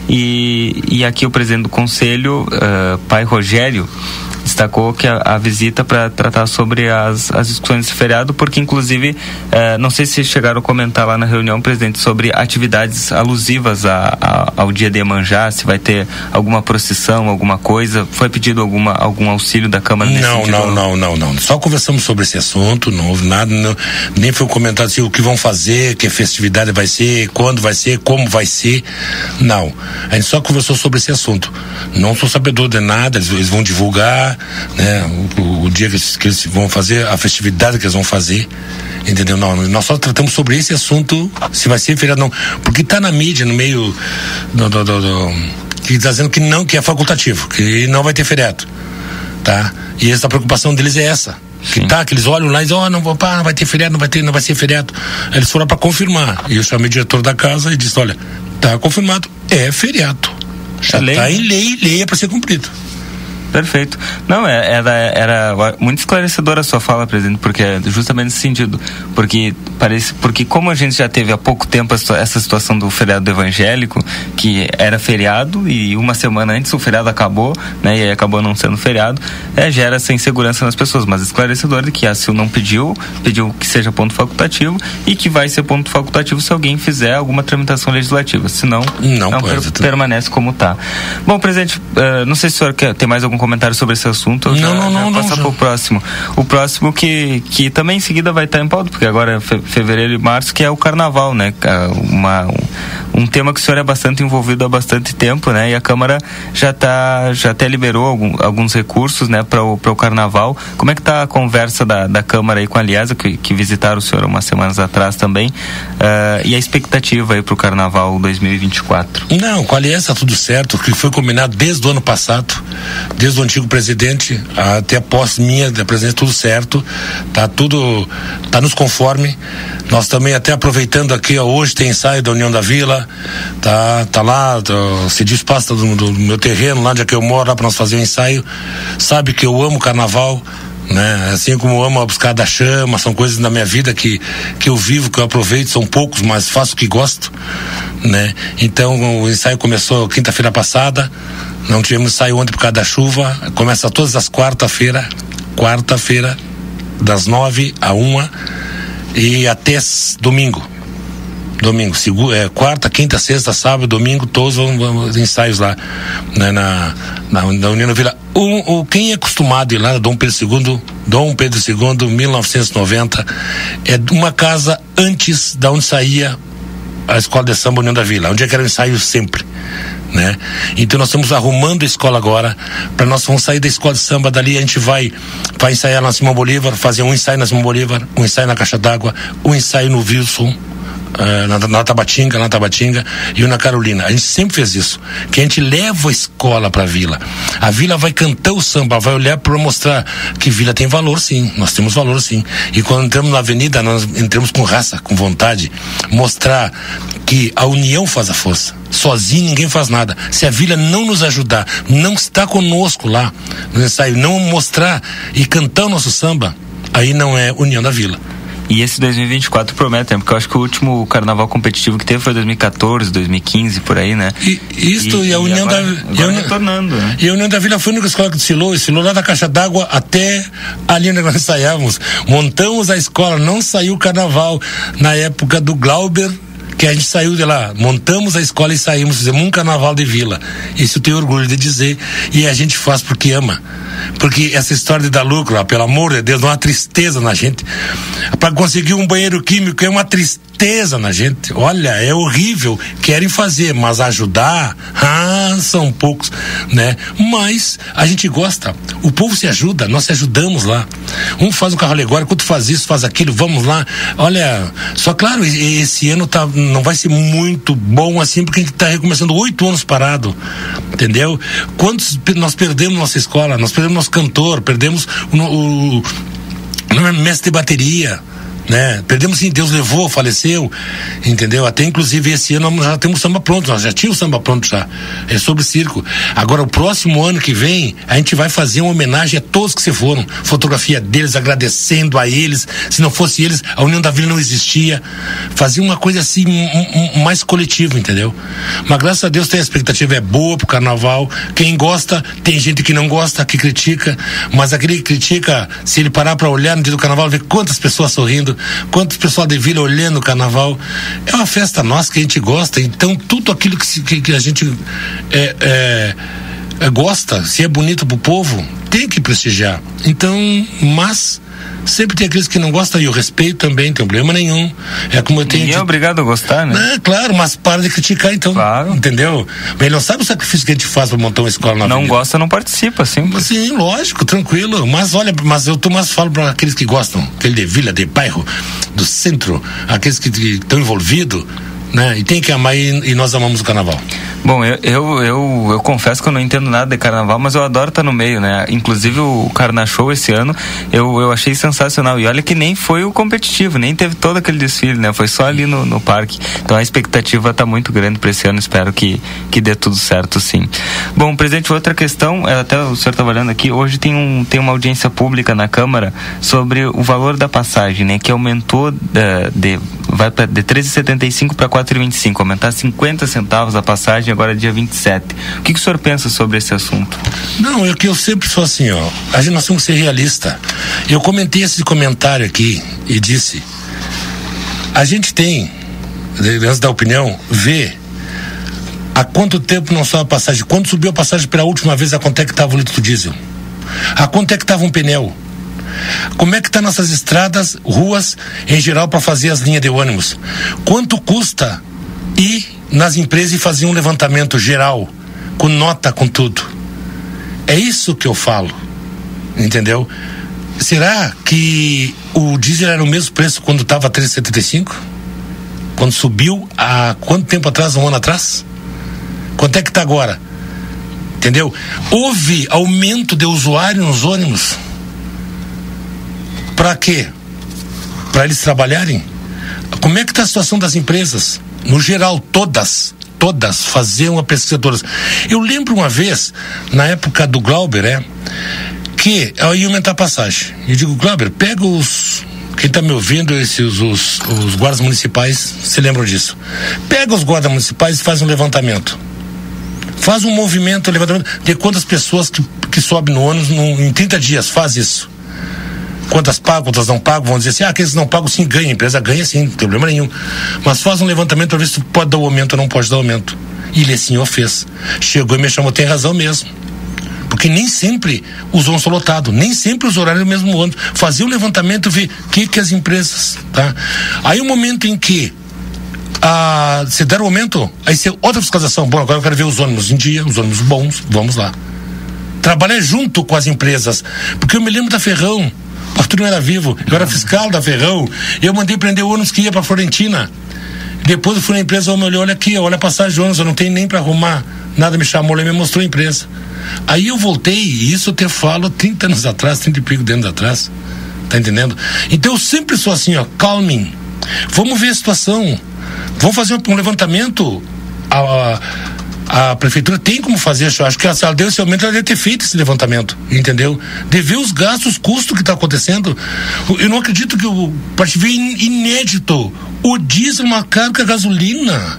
Speaker 3: E, e aqui o presidente do conselho, uh, pai Rogério, destacou que a, a visita para tratar sobre as, as discussões desse feriado, porque inclusive, uh, não sei se chegaram a comentar lá na reunião, presidente, sobre atividades alusivas a, a, ao dia de Iemanjá, se vai ter alguma procissão, alguma coisa, foi pedido alguma, algum auxílio da Câmara nesse não, sentido? Não, não, não, não, só conversamos sobre esse assunto, não houve nada, não, nem foi comentado assim, o que vão fazer, que festividade vai ser, quando vai ser, como vai ser, não, a gente só conversou sobre esse assunto, não sou sabedor de nada, eles, eles vão divulgar, né, o, o dia que eles, que eles vão fazer, a festividade que eles vão fazer, entendeu? Não, nós só tratamos sobre esse assunto, se vai ser feriado não, porque está na mídia, no meio do, do, do, do que está dizendo que não, que é facultativo, que não vai ter feriado, tá? E essa preocupação deles é essa. Que tá, que eles olham lá e dizem, ó, oh, não, pá, não vai ter feriado, não vai ter, não vai ser feriado. Aí eles foram para confirmar. E eu chamei o diretor da casa e disse, olha, tá confirmado, é feriado. Já é tá em lei, lei é para ser cumprido. Perfeito. Não, era, era muito esclarecedora a sua fala, presidente, porque é justamente nesse sentido, porque parece, porque como a gente já teve há pouco tempo essa situação do feriado evangélico, que era feriado e uma semana antes o feriado acabou, né, e aí acabou não sendo feriado, é, gera essa insegurança nas pessoas, mas esclarecedor de que a C I L não pediu, pediu que seja ponto facultativo e que vai ser ponto facultativo se alguém fizer alguma tramitação legislativa, senão não, não per- permanece como está. Bom, presidente, uh, não sei se o senhor quer ter mais algum comentário comentário sobre esse assunto, eu
Speaker 5: não,
Speaker 3: já,
Speaker 5: não,
Speaker 3: já
Speaker 5: não,
Speaker 3: passar
Speaker 5: não,
Speaker 3: pro próximo. O próximo que, que também em seguida vai estar em pauta, porque agora é fe, fevereiro e março, que é o carnaval, né? Uma, um, um tema que o senhor é bastante envolvido há bastante tempo, né? E a Câmara já tá, já até liberou algum, alguns recursos, né, para o, para o carnaval. Como é que tá a conversa da, da Câmara aí com a Liesa, que, que visitaram o senhor umas semanas atrás também, uh, e a expectativa aí para o carnaval dois mil e vinte e quatro?
Speaker 5: Não, com a Liesa tá tudo certo, o que foi combinado desde o ano passado, desde o antigo presidente até a posse minha da presidência, tudo certo, tá tudo, tá nos conforme. Nós também até aproveitando aqui, ó, hoje tem ensaio da União da Vila, tá, tá lá, tô, cedi espaço do, do meu terreno, lá onde é que eu moro, lá para nós fazer o um ensaio. Sabe que eu amo carnaval, né? Assim como eu amo a buscar da chama, são coisas na minha vida que, que eu vivo, que eu aproveito, são poucos, mas faço o que gosto, né? Então o ensaio começou quinta-feira passada, não tivemos ensaio ontem por causa da chuva, começa todas as quarta-feira, quarta-feira, das nove a uma e até domingo. Domingo, segunda, é, quarta, quinta, sexta, sábado, domingo, todos os ensaios lá, né, na, na, na União da Vila. O, o, quem é acostumado a ir lá, Dom Pedro segundo, Dom Pedro segundo, mil novecentos e noventa, é uma casa antes da onde saía a Escola de Samba União da Vila, onde é que era o ensaio sempre, né? Então nós estamos arrumando a escola agora, para nós vamos sair da Escola de Samba dali, a gente vai, vai ensaiar na Simão Bolívar, fazer um ensaio na Simão Bolívar, um ensaio na Caixa d'Água, um ensaio no Wilson, Uh, na, na Tabatinga, na Tabatinga e o na Carolina. A gente sempre fez isso, que a gente leva a escola pra vila. A vila vai cantar o samba, vai olhar para mostrar que vila tem valor, sim. Nós temos valor, sim. E quando entramos na avenida, nós entramos com raça, com vontade, mostrar que a união faz a força. Sozinho ninguém faz nada. Se a vila não nos ajudar, não está conosco lá no ensaio, não mostrar e cantar o nosso samba, aí não é união da vila.
Speaker 3: E esse dois mil e vinte e quatro promete, né? Porque eu acho que o último carnaval competitivo que teve foi dois mil e quatorze, dois mil e quinze, por aí, né?
Speaker 5: E, isto e, e a União
Speaker 3: agora,
Speaker 5: da
Speaker 3: Vila. Agora retornando, né?
Speaker 5: E a União da Vila foi a única escola que desfilou, desfilou lá da Caixa d'Água até ali onde nós ensaiávamos. Montamos a escola, não saiu o carnaval na época do Glauber, que a gente saiu de lá, montamos a escola e saímos, fizemos um carnaval de vila. Isso eu tenho orgulho de dizer, e a gente faz porque ama. Porque essa história de dar lucro, ó, pelo amor de Deus, dá uma tristeza na gente. Para conseguir um banheiro químico é uma tristeza na gente. Olha, é horrível. Querem fazer, mas ajudar, ah, são poucos, né? Mas a gente gosta. O povo se ajuda, nós se ajudamos lá. Um faz um carro alegórico, outro faz isso, faz aquilo, vamos lá. Olha, só claro, esse ano tá, não vai ser muito bom assim, porque a gente está recomeçando oito anos parado, entendeu? Quantos nós perdemos nossa escola, nós perdemos nosso cantor, perdemos o, o, o mestre de bateria, né? Perdemos sim, Deus levou, faleceu, entendeu? Até inclusive esse ano nós já temos samba pronto, nós já tínhamos samba pronto já, é sobre circo. Agora o próximo ano que vem a gente vai fazer uma homenagem a todos que se foram, fotografia deles, agradecendo a eles. Se não fosse eles, a União da Vila não existia. Fazer uma coisa assim um, um, mais coletiva, entendeu? Mas graças a Deus tem a expectativa, é boa pro carnaval. Quem gosta, tem gente que não gosta, que critica, mas aquele que critica, se ele parar para olhar no dia do carnaval, ver quantas pessoas sorrindo, quantos pessoal de vila olhando o carnaval, é uma festa nossa que a gente gosta. Então tudo aquilo que, que, que a gente é, é, é, gosta, se é bonito pro povo, tem que prestigiar. Então, mas sempre tem aqueles que não gostam, e eu respeito também, não tem problema nenhum. É como eu tenho.
Speaker 3: Ninguém
Speaker 5: de...
Speaker 3: é obrigado a gostar, né?
Speaker 5: É, claro, mas para de criticar então.
Speaker 3: Claro.
Speaker 5: Entendeu? Mas ele não sabe o sacrifício que a gente faz para montar uma escola na
Speaker 3: Não
Speaker 5: avenida.
Speaker 3: gosta, não participa, sim.
Speaker 5: Sim, lógico, tranquilo. Mas olha, mas eu tô mais falo para aqueles que gostam, aquele de vila, de bairro, do centro, aqueles que estão envolvidos, né? E tem que amar, e, e nós amamos o carnaval.
Speaker 3: Bom, eu, eu, eu, eu confesso que eu não entendo nada de carnaval, mas eu adoro estar no meio, né? Inclusive o Carna Show esse ano, eu, eu achei sensacional. E olha que nem foi o competitivo, nem teve todo aquele desfile, né? Foi só ali no, no parque. Então a expectativa está muito grande para esse ano, espero que, que dê tudo certo, sim. Bom, presidente, outra questão, até o senhor estava olhando aqui, hoje tem, um, tem uma audiência pública na Câmara sobre o valor da passagem, né? Que aumentou de, de, vai pra, de treze reais e setenta e cinco para quatro reais e vinte e cinco, aumentar cinquenta centavos a passagem agora dia vinte e sete. O que, que o senhor pensa sobre esse assunto?
Speaker 5: Não, é que eu sempre sou assim, ó. A gente, nós temos que ser realista. Eu comentei esse comentário aqui e disse: a gente tem, antes da opinião, ver Há quanto tempo não sobe a passagem? Quando subiu a passagem pela última vez, a quanto é que estava o litro de diesel? A quanto é que estava um pneu? Como é que tá nossas estradas, ruas, em geral, para fazer as linhas de ônibus? Quanto custa ir nas empresas e fazer um levantamento geral, com nota, com tudo? É isso que eu falo, entendeu? Será que o diesel era o mesmo preço quando estava três reais e setenta e cinco centavos? Quando subiu há quanto tempo atrás, um ano atrás? Quanto é que está agora? Entendeu? Houve aumento de usuário nos ônibus. Para quê? Para eles trabalharem? Como é que está a situação das empresas? No geral, todas, todas faziam uma pesquisa todas. Eu lembro uma vez, na época do Glauber, é, que eu ia aumentar a passagem. Eu digo, Glauber, pega os... Quem está me ouvindo, esses, os, os guardas municipais, se lembram disso. Pega os guardas municipais e faz um levantamento. Faz um movimento, um levantamento de quantas pessoas que, que sobem no ônibus no, em trinta dias, faz isso. Quantas pagam, quantas não pagam, vão dizer assim, ah, aqueles não pagam sim, ganham, a empresa ganha sim, não tem problema nenhum. Mas faz um levantamento para ver se pode dar o aumento ou não pode dar o aumento. E ele assim o fez. Chegou e me chamou, tem razão mesmo. Porque nem sempre os ônibus são lotados, nem sempre os horários do mesmo ônibus. Fazer um levantamento e ver o que, que as empresas, tá? Aí o momento em que ah, se der o aumento, aí se outra fiscalização, bom, agora eu quero ver os ônibus em dia, os ônibus bons, vamos lá. Trabalhar junto com as empresas, porque eu me lembro da Ferrão, o Arthur não era vivo, eu era fiscal da Ferrão, eu mandei prender o ônibus que ia pra Florentina. Depois eu fui na empresa, eu me olhei, olha aqui, olha a passagem de ônibus, eu não tenho nem pra arrumar nada, me chamou, ele me mostrou a empresa. Aí eu voltei, e isso eu te falo trinta anos atrás, trinta e pico de anos atrás, tá entendendo? Então eu sempre sou assim, ó, calming, vamos ver a situação, vamos fazer um levantamento. A, a, a prefeitura tem como fazer, eu acho que se ela deu esse aumento, ela deve ter feito esse levantamento, entendeu? De ver os gastos, os custos que está acontecendo. Eu não acredito que o parte ver inédito, o diesel marcado com a gasolina.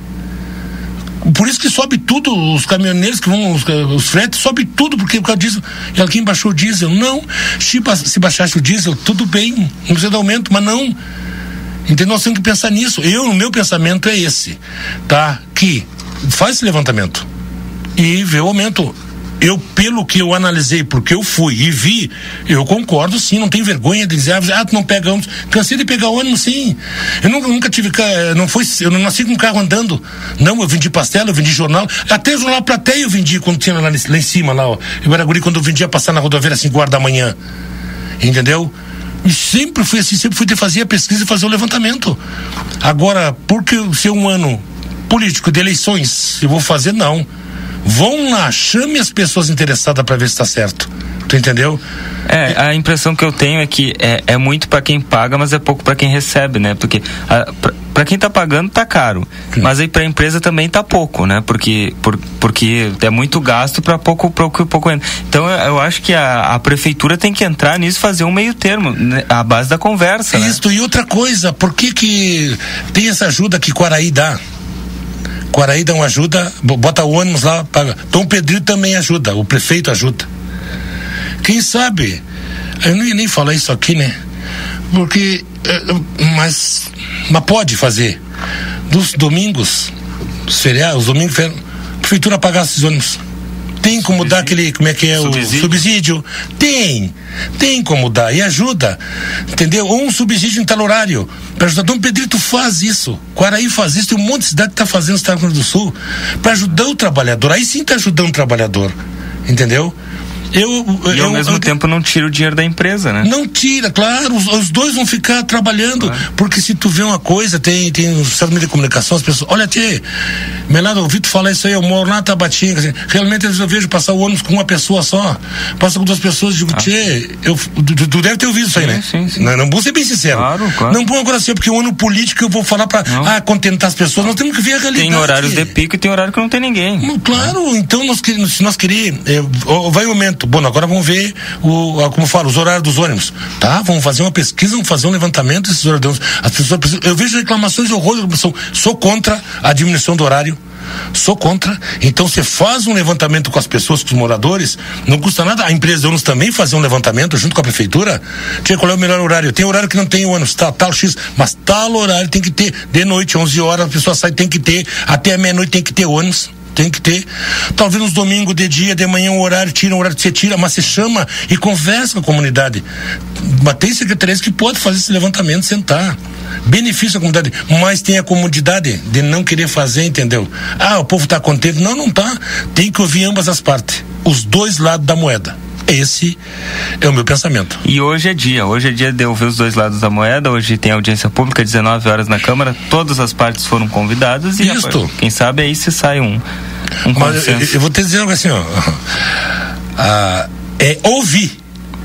Speaker 5: Por isso que sobe tudo, os caminhoneiros que vão, os, os fretes, sobe tudo, porque por causa disso, e alguém baixou o diesel. Não, se, se baixasse o diesel, tudo bem, não precisa de aumento, mas não. Entendeu? Nós temos que pensar nisso. Eu, o meu pensamento é esse, tá? Que faz esse levantamento e vê o aumento. Eu, pelo que eu analisei, porque eu fui e vi, eu concordo sim, não tem vergonha de dizer, ah, tu não pega ônibus. Cansei de pegar ônibus, sim. Eu nunca, nunca tive, não foi, eu não nasci com um carro andando. Não, eu vendi pastel, eu vendi jornal, até jornal plateia eu vendi quando tinha lá, lá em cima, lá, ó. Eu era guri quando eu vendia passar na rodoviária às cinco horas da manhã. Entendeu? E sempre fui assim, sempre fui de fazer a pesquisa e fazer o levantamento. Agora, porque ser um ano político de eleições, eu vou fazer, não. Vão lá, chame as pessoas interessadas para ver se está certo. Tu entendeu?
Speaker 3: É, a impressão que eu tenho é que é, é muito para quem paga, mas é pouco para quem recebe, né? Porque para quem tá pagando tá caro, Sim. mas aí para a empresa também tá pouco, né? Porque por, porque é muito gasto para pouco, pouco pouco. Então eu, eu acho que a, a prefeitura tem que entrar nisso, fazer um meio termo, né? A base da conversa.
Speaker 5: Isso, né? E outra coisa, por que que tem essa ajuda que Quaraí dá? Quaraí dá uma ajuda, bota o ônibus lá, paga. Dom Pedrito também ajuda, o prefeito ajuda. Quem sabe, eu não ia nem falar isso aqui, né? Porque, mas, mas pode fazer. Dos domingos, os feriados, os domingos, a prefeitura pagar esses ônibus. Tem como subsídio. Dar aquele, como é que é subsídio. O subsídio? Tem, tem como dar, e ajuda, entendeu? Ou um subsídio em tal horário, para ajudar. Dom Pedrito faz isso, Quaraí faz isso, tem um monte de cidade que está fazendo no Estado do Rio Grande do Sul, para ajudar o trabalhador, aí sim está ajudando o trabalhador, entendeu? Eu,
Speaker 3: e
Speaker 5: eu,
Speaker 3: ao mesmo
Speaker 5: eu,
Speaker 3: tempo não tira o dinheiro da empresa, né?
Speaker 5: Não tira, claro, os, os dois vão ficar trabalhando, claro. Porque se tu vê uma coisa, tem, tem um certo meio de comunicação, as pessoas, olha, tchê, Melado, eu ouvi tu falar isso aí, eu moro lá na Tabatinga, assim, realmente eu vejo passar o ônibus com uma pessoa só, passa com duas pessoas, digo, ah. tchê, eu, tu, tu deve ter ouvido isso aí,
Speaker 3: sim,
Speaker 5: né?
Speaker 3: Sim, sim.
Speaker 5: Não, não vou ser bem sincero.
Speaker 3: Claro, claro.
Speaker 5: Não vou agora ser, porque o ano político eu vou falar pra, não. ah, contentar as pessoas, nós temos que ver a realidade.
Speaker 3: Tem horários de pico e tem horário que não tem ninguém.
Speaker 5: Não, claro, né? Então nós, se nós queremos, eh, vai um aumento, bom, agora vamos ver O, como eu falo, os horários dos ônibus, tá? Vamos fazer uma pesquisa, vamos fazer um levantamento desses horários. As pessoas precisam, eu vejo reclamações de horror, sou contra a diminuição do horário, sou contra. Então você faz um levantamento com as pessoas, com os moradores, não custa nada. A empresa de ônibus também fazer um levantamento junto com a prefeitura. Tinha qual é o melhor horário? Tem horário que não tem ônibus, tá, tal X, mas tal horário tem que ter, de noite, onze horas, a pessoa sai, tem que ter, até a meia-noite tem que ter ônibus. tem que ter. Talvez nos domingos de dia, de manhã, um horário, tira um horário que você tira, mas você chama e conversa com a comunidade. Mas tem secretarias que pode fazer esse levantamento, sentar. Benefício a comunidade, mas tem a comodidade de não querer fazer, entendeu? Ah, o povo tá contente. Não, não tá. Tem que ouvir ambas as partes. Os dois lados da moeda. Esse é o meu pensamento.
Speaker 3: E hoje é dia, hoje é dia de ouvir os dois lados da moeda. Hoje tem audiência pública, dezenove horas na Câmara, todas as partes foram convidadas e
Speaker 5: Isto.
Speaker 3: quem sabe aí se sai um, um
Speaker 5: Mas
Speaker 3: consenso.
Speaker 5: eu, eu vou te dizer algo assim, ó. Ah, é ouvir.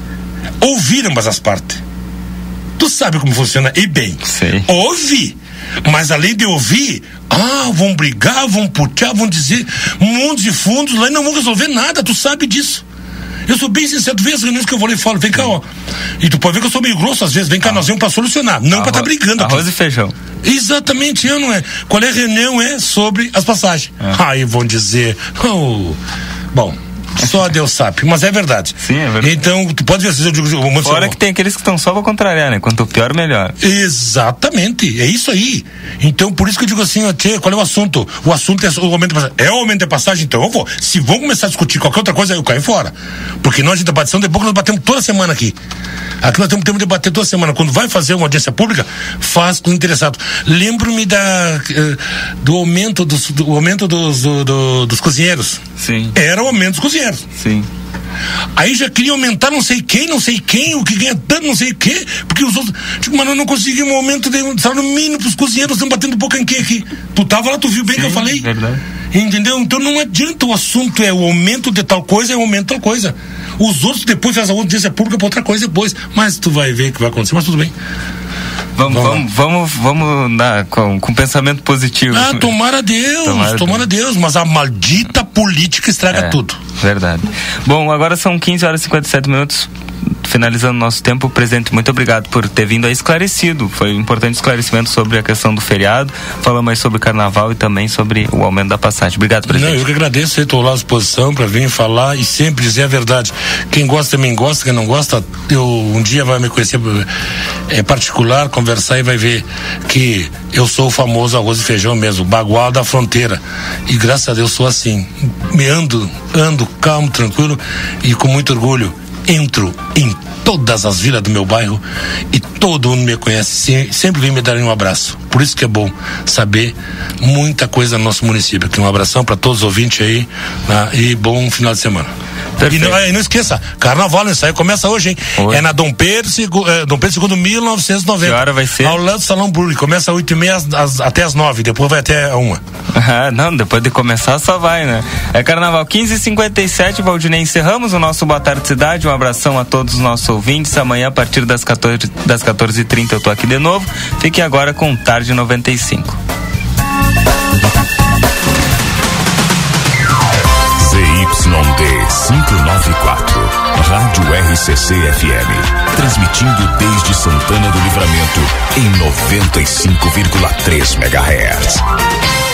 Speaker 5: Ouvir ambas as partes. Tu sabe como funciona, e bem.
Speaker 3: Sei.
Speaker 5: Ouvir. Mas além de ouvir, ah, vão brigar, vão putear, vão dizer mundos e fundos lá e não vão resolver nada, tu sabe disso. Eu sou bem sincero, tu vê as reuniões que eu vou lá e falo, vem cá, ó. E tu pode ver que eu sou meio grosso às vezes, vem cá, ah. nós vamos pra solucionar, não Arro- pra tá brigando aqui.
Speaker 3: Arroz e feijão.
Speaker 5: Exatamente, eu não é. Qual é a reunião? É sobre as passagens. Ah. Aí vão dizer, oh, bom, só Deus sabe, mas é verdade.
Speaker 3: Sim, é verdade.
Speaker 5: Então, tu pode ver, eu digo, eu
Speaker 3: fora que tem aqueles que estão só pra contrariar, né? Quanto pior, melhor.
Speaker 5: Exatamente, é isso aí. Então, por isso que eu digo assim, ó, tchê, qual é o assunto? O assunto é o aumento de passagem. É o aumento de passagem, então eu vou. Se vão começar a discutir qualquer outra coisa, eu caio fora. Porque nós, de debateção, depois que nós batemos toda semana aqui. Aqui nós temos tempo de debater toda semana. Quando vai fazer uma audiência pública, faz com os interessados. Lembro-me da, do aumento dos, do aumento dos, do, do, dos cozinheiros.
Speaker 3: Sim.
Speaker 5: Era o aumento dos cozinheiros.
Speaker 3: Sim.
Speaker 5: Aí já queria aumentar não sei quem, não sei quem, o que ganha tanto, não sei o quê, porque os outros. Tipo, mas nós não conseguimos um aumento de salário mínimo pros cozinheiros, estamos batendo boca em quê aqui? Tu tava lá, tu viu bem. Sim, que eu falei?
Speaker 3: Verdade.
Speaker 5: Entendeu? Então não adianta, o assunto é o aumento de tal coisa, é o aumento de tal coisa. Os outros depois fazem a audiência pública pra outra coisa depois. Mas tu vai ver o que vai acontecer, mas tudo bem.
Speaker 3: Vamos, vamos, vamos, vamos dar com, com pensamento positivo.
Speaker 5: Ah, tomara a Deus, tomara, tomara a Deus, mas a maldita política estraga
Speaker 3: é,
Speaker 5: tudo.
Speaker 3: Verdade. Bom, agora são quinze horas e cinquenta e sete minutos. Finalizando nosso tempo, presidente, muito obrigado por ter vindo aí esclarecido. Foi um importante esclarecimento sobre a questão do feriado. Falamos aí sobre o carnaval e também sobre o aumento da passagem. Obrigado, presidente.
Speaker 5: Não, eu que agradeço, eu estou lá à disposição para vir falar e sempre dizer a verdade. Quem gosta também gosta, quem não gosta, eu um dia vai me conhecer é particular, conversar e vai ver que eu sou o famoso arroz e feijão mesmo, bagual da fronteira. E graças a Deus sou assim. Me ando, ando calmo, tranquilo e com muito orgulho. Entro em todas as vilas do meu bairro e todo mundo me conhece, sempre vem me dar um abraço. Por isso que é bom saber muita coisa no nosso município. Aqui um abração para todos os ouvintes aí, né? E bom final de semana. E não, e não esqueça, carnaval, isso aí começa hoje, hein? Hoje. É na Dom Pedro, é, Dom Pedro segundo, mil novecentos e noventa.
Speaker 3: Que hora vai ser?
Speaker 5: Ao lado do Salão Brulli. Começa às oito e meia até às nove, depois vai até a uma.
Speaker 3: Ah, não, depois de começar só vai, né? É carnaval quinze e cinquenta e sete, Valdinei, encerramos o nosso Boa Tarde Cidade. Um abração a todos os nossos ouvintes. Amanhã, a partir das quatorze, das quatorze e trinta, eu tô aqui de novo. Fiquem agora com Tarde noventa e cinco.
Speaker 1: Z Y D quinhentos e noventa e quatro, Rádio R C C F M, transmitindo desde Santana do Livramento em noventa e cinco vírgula três megahertz.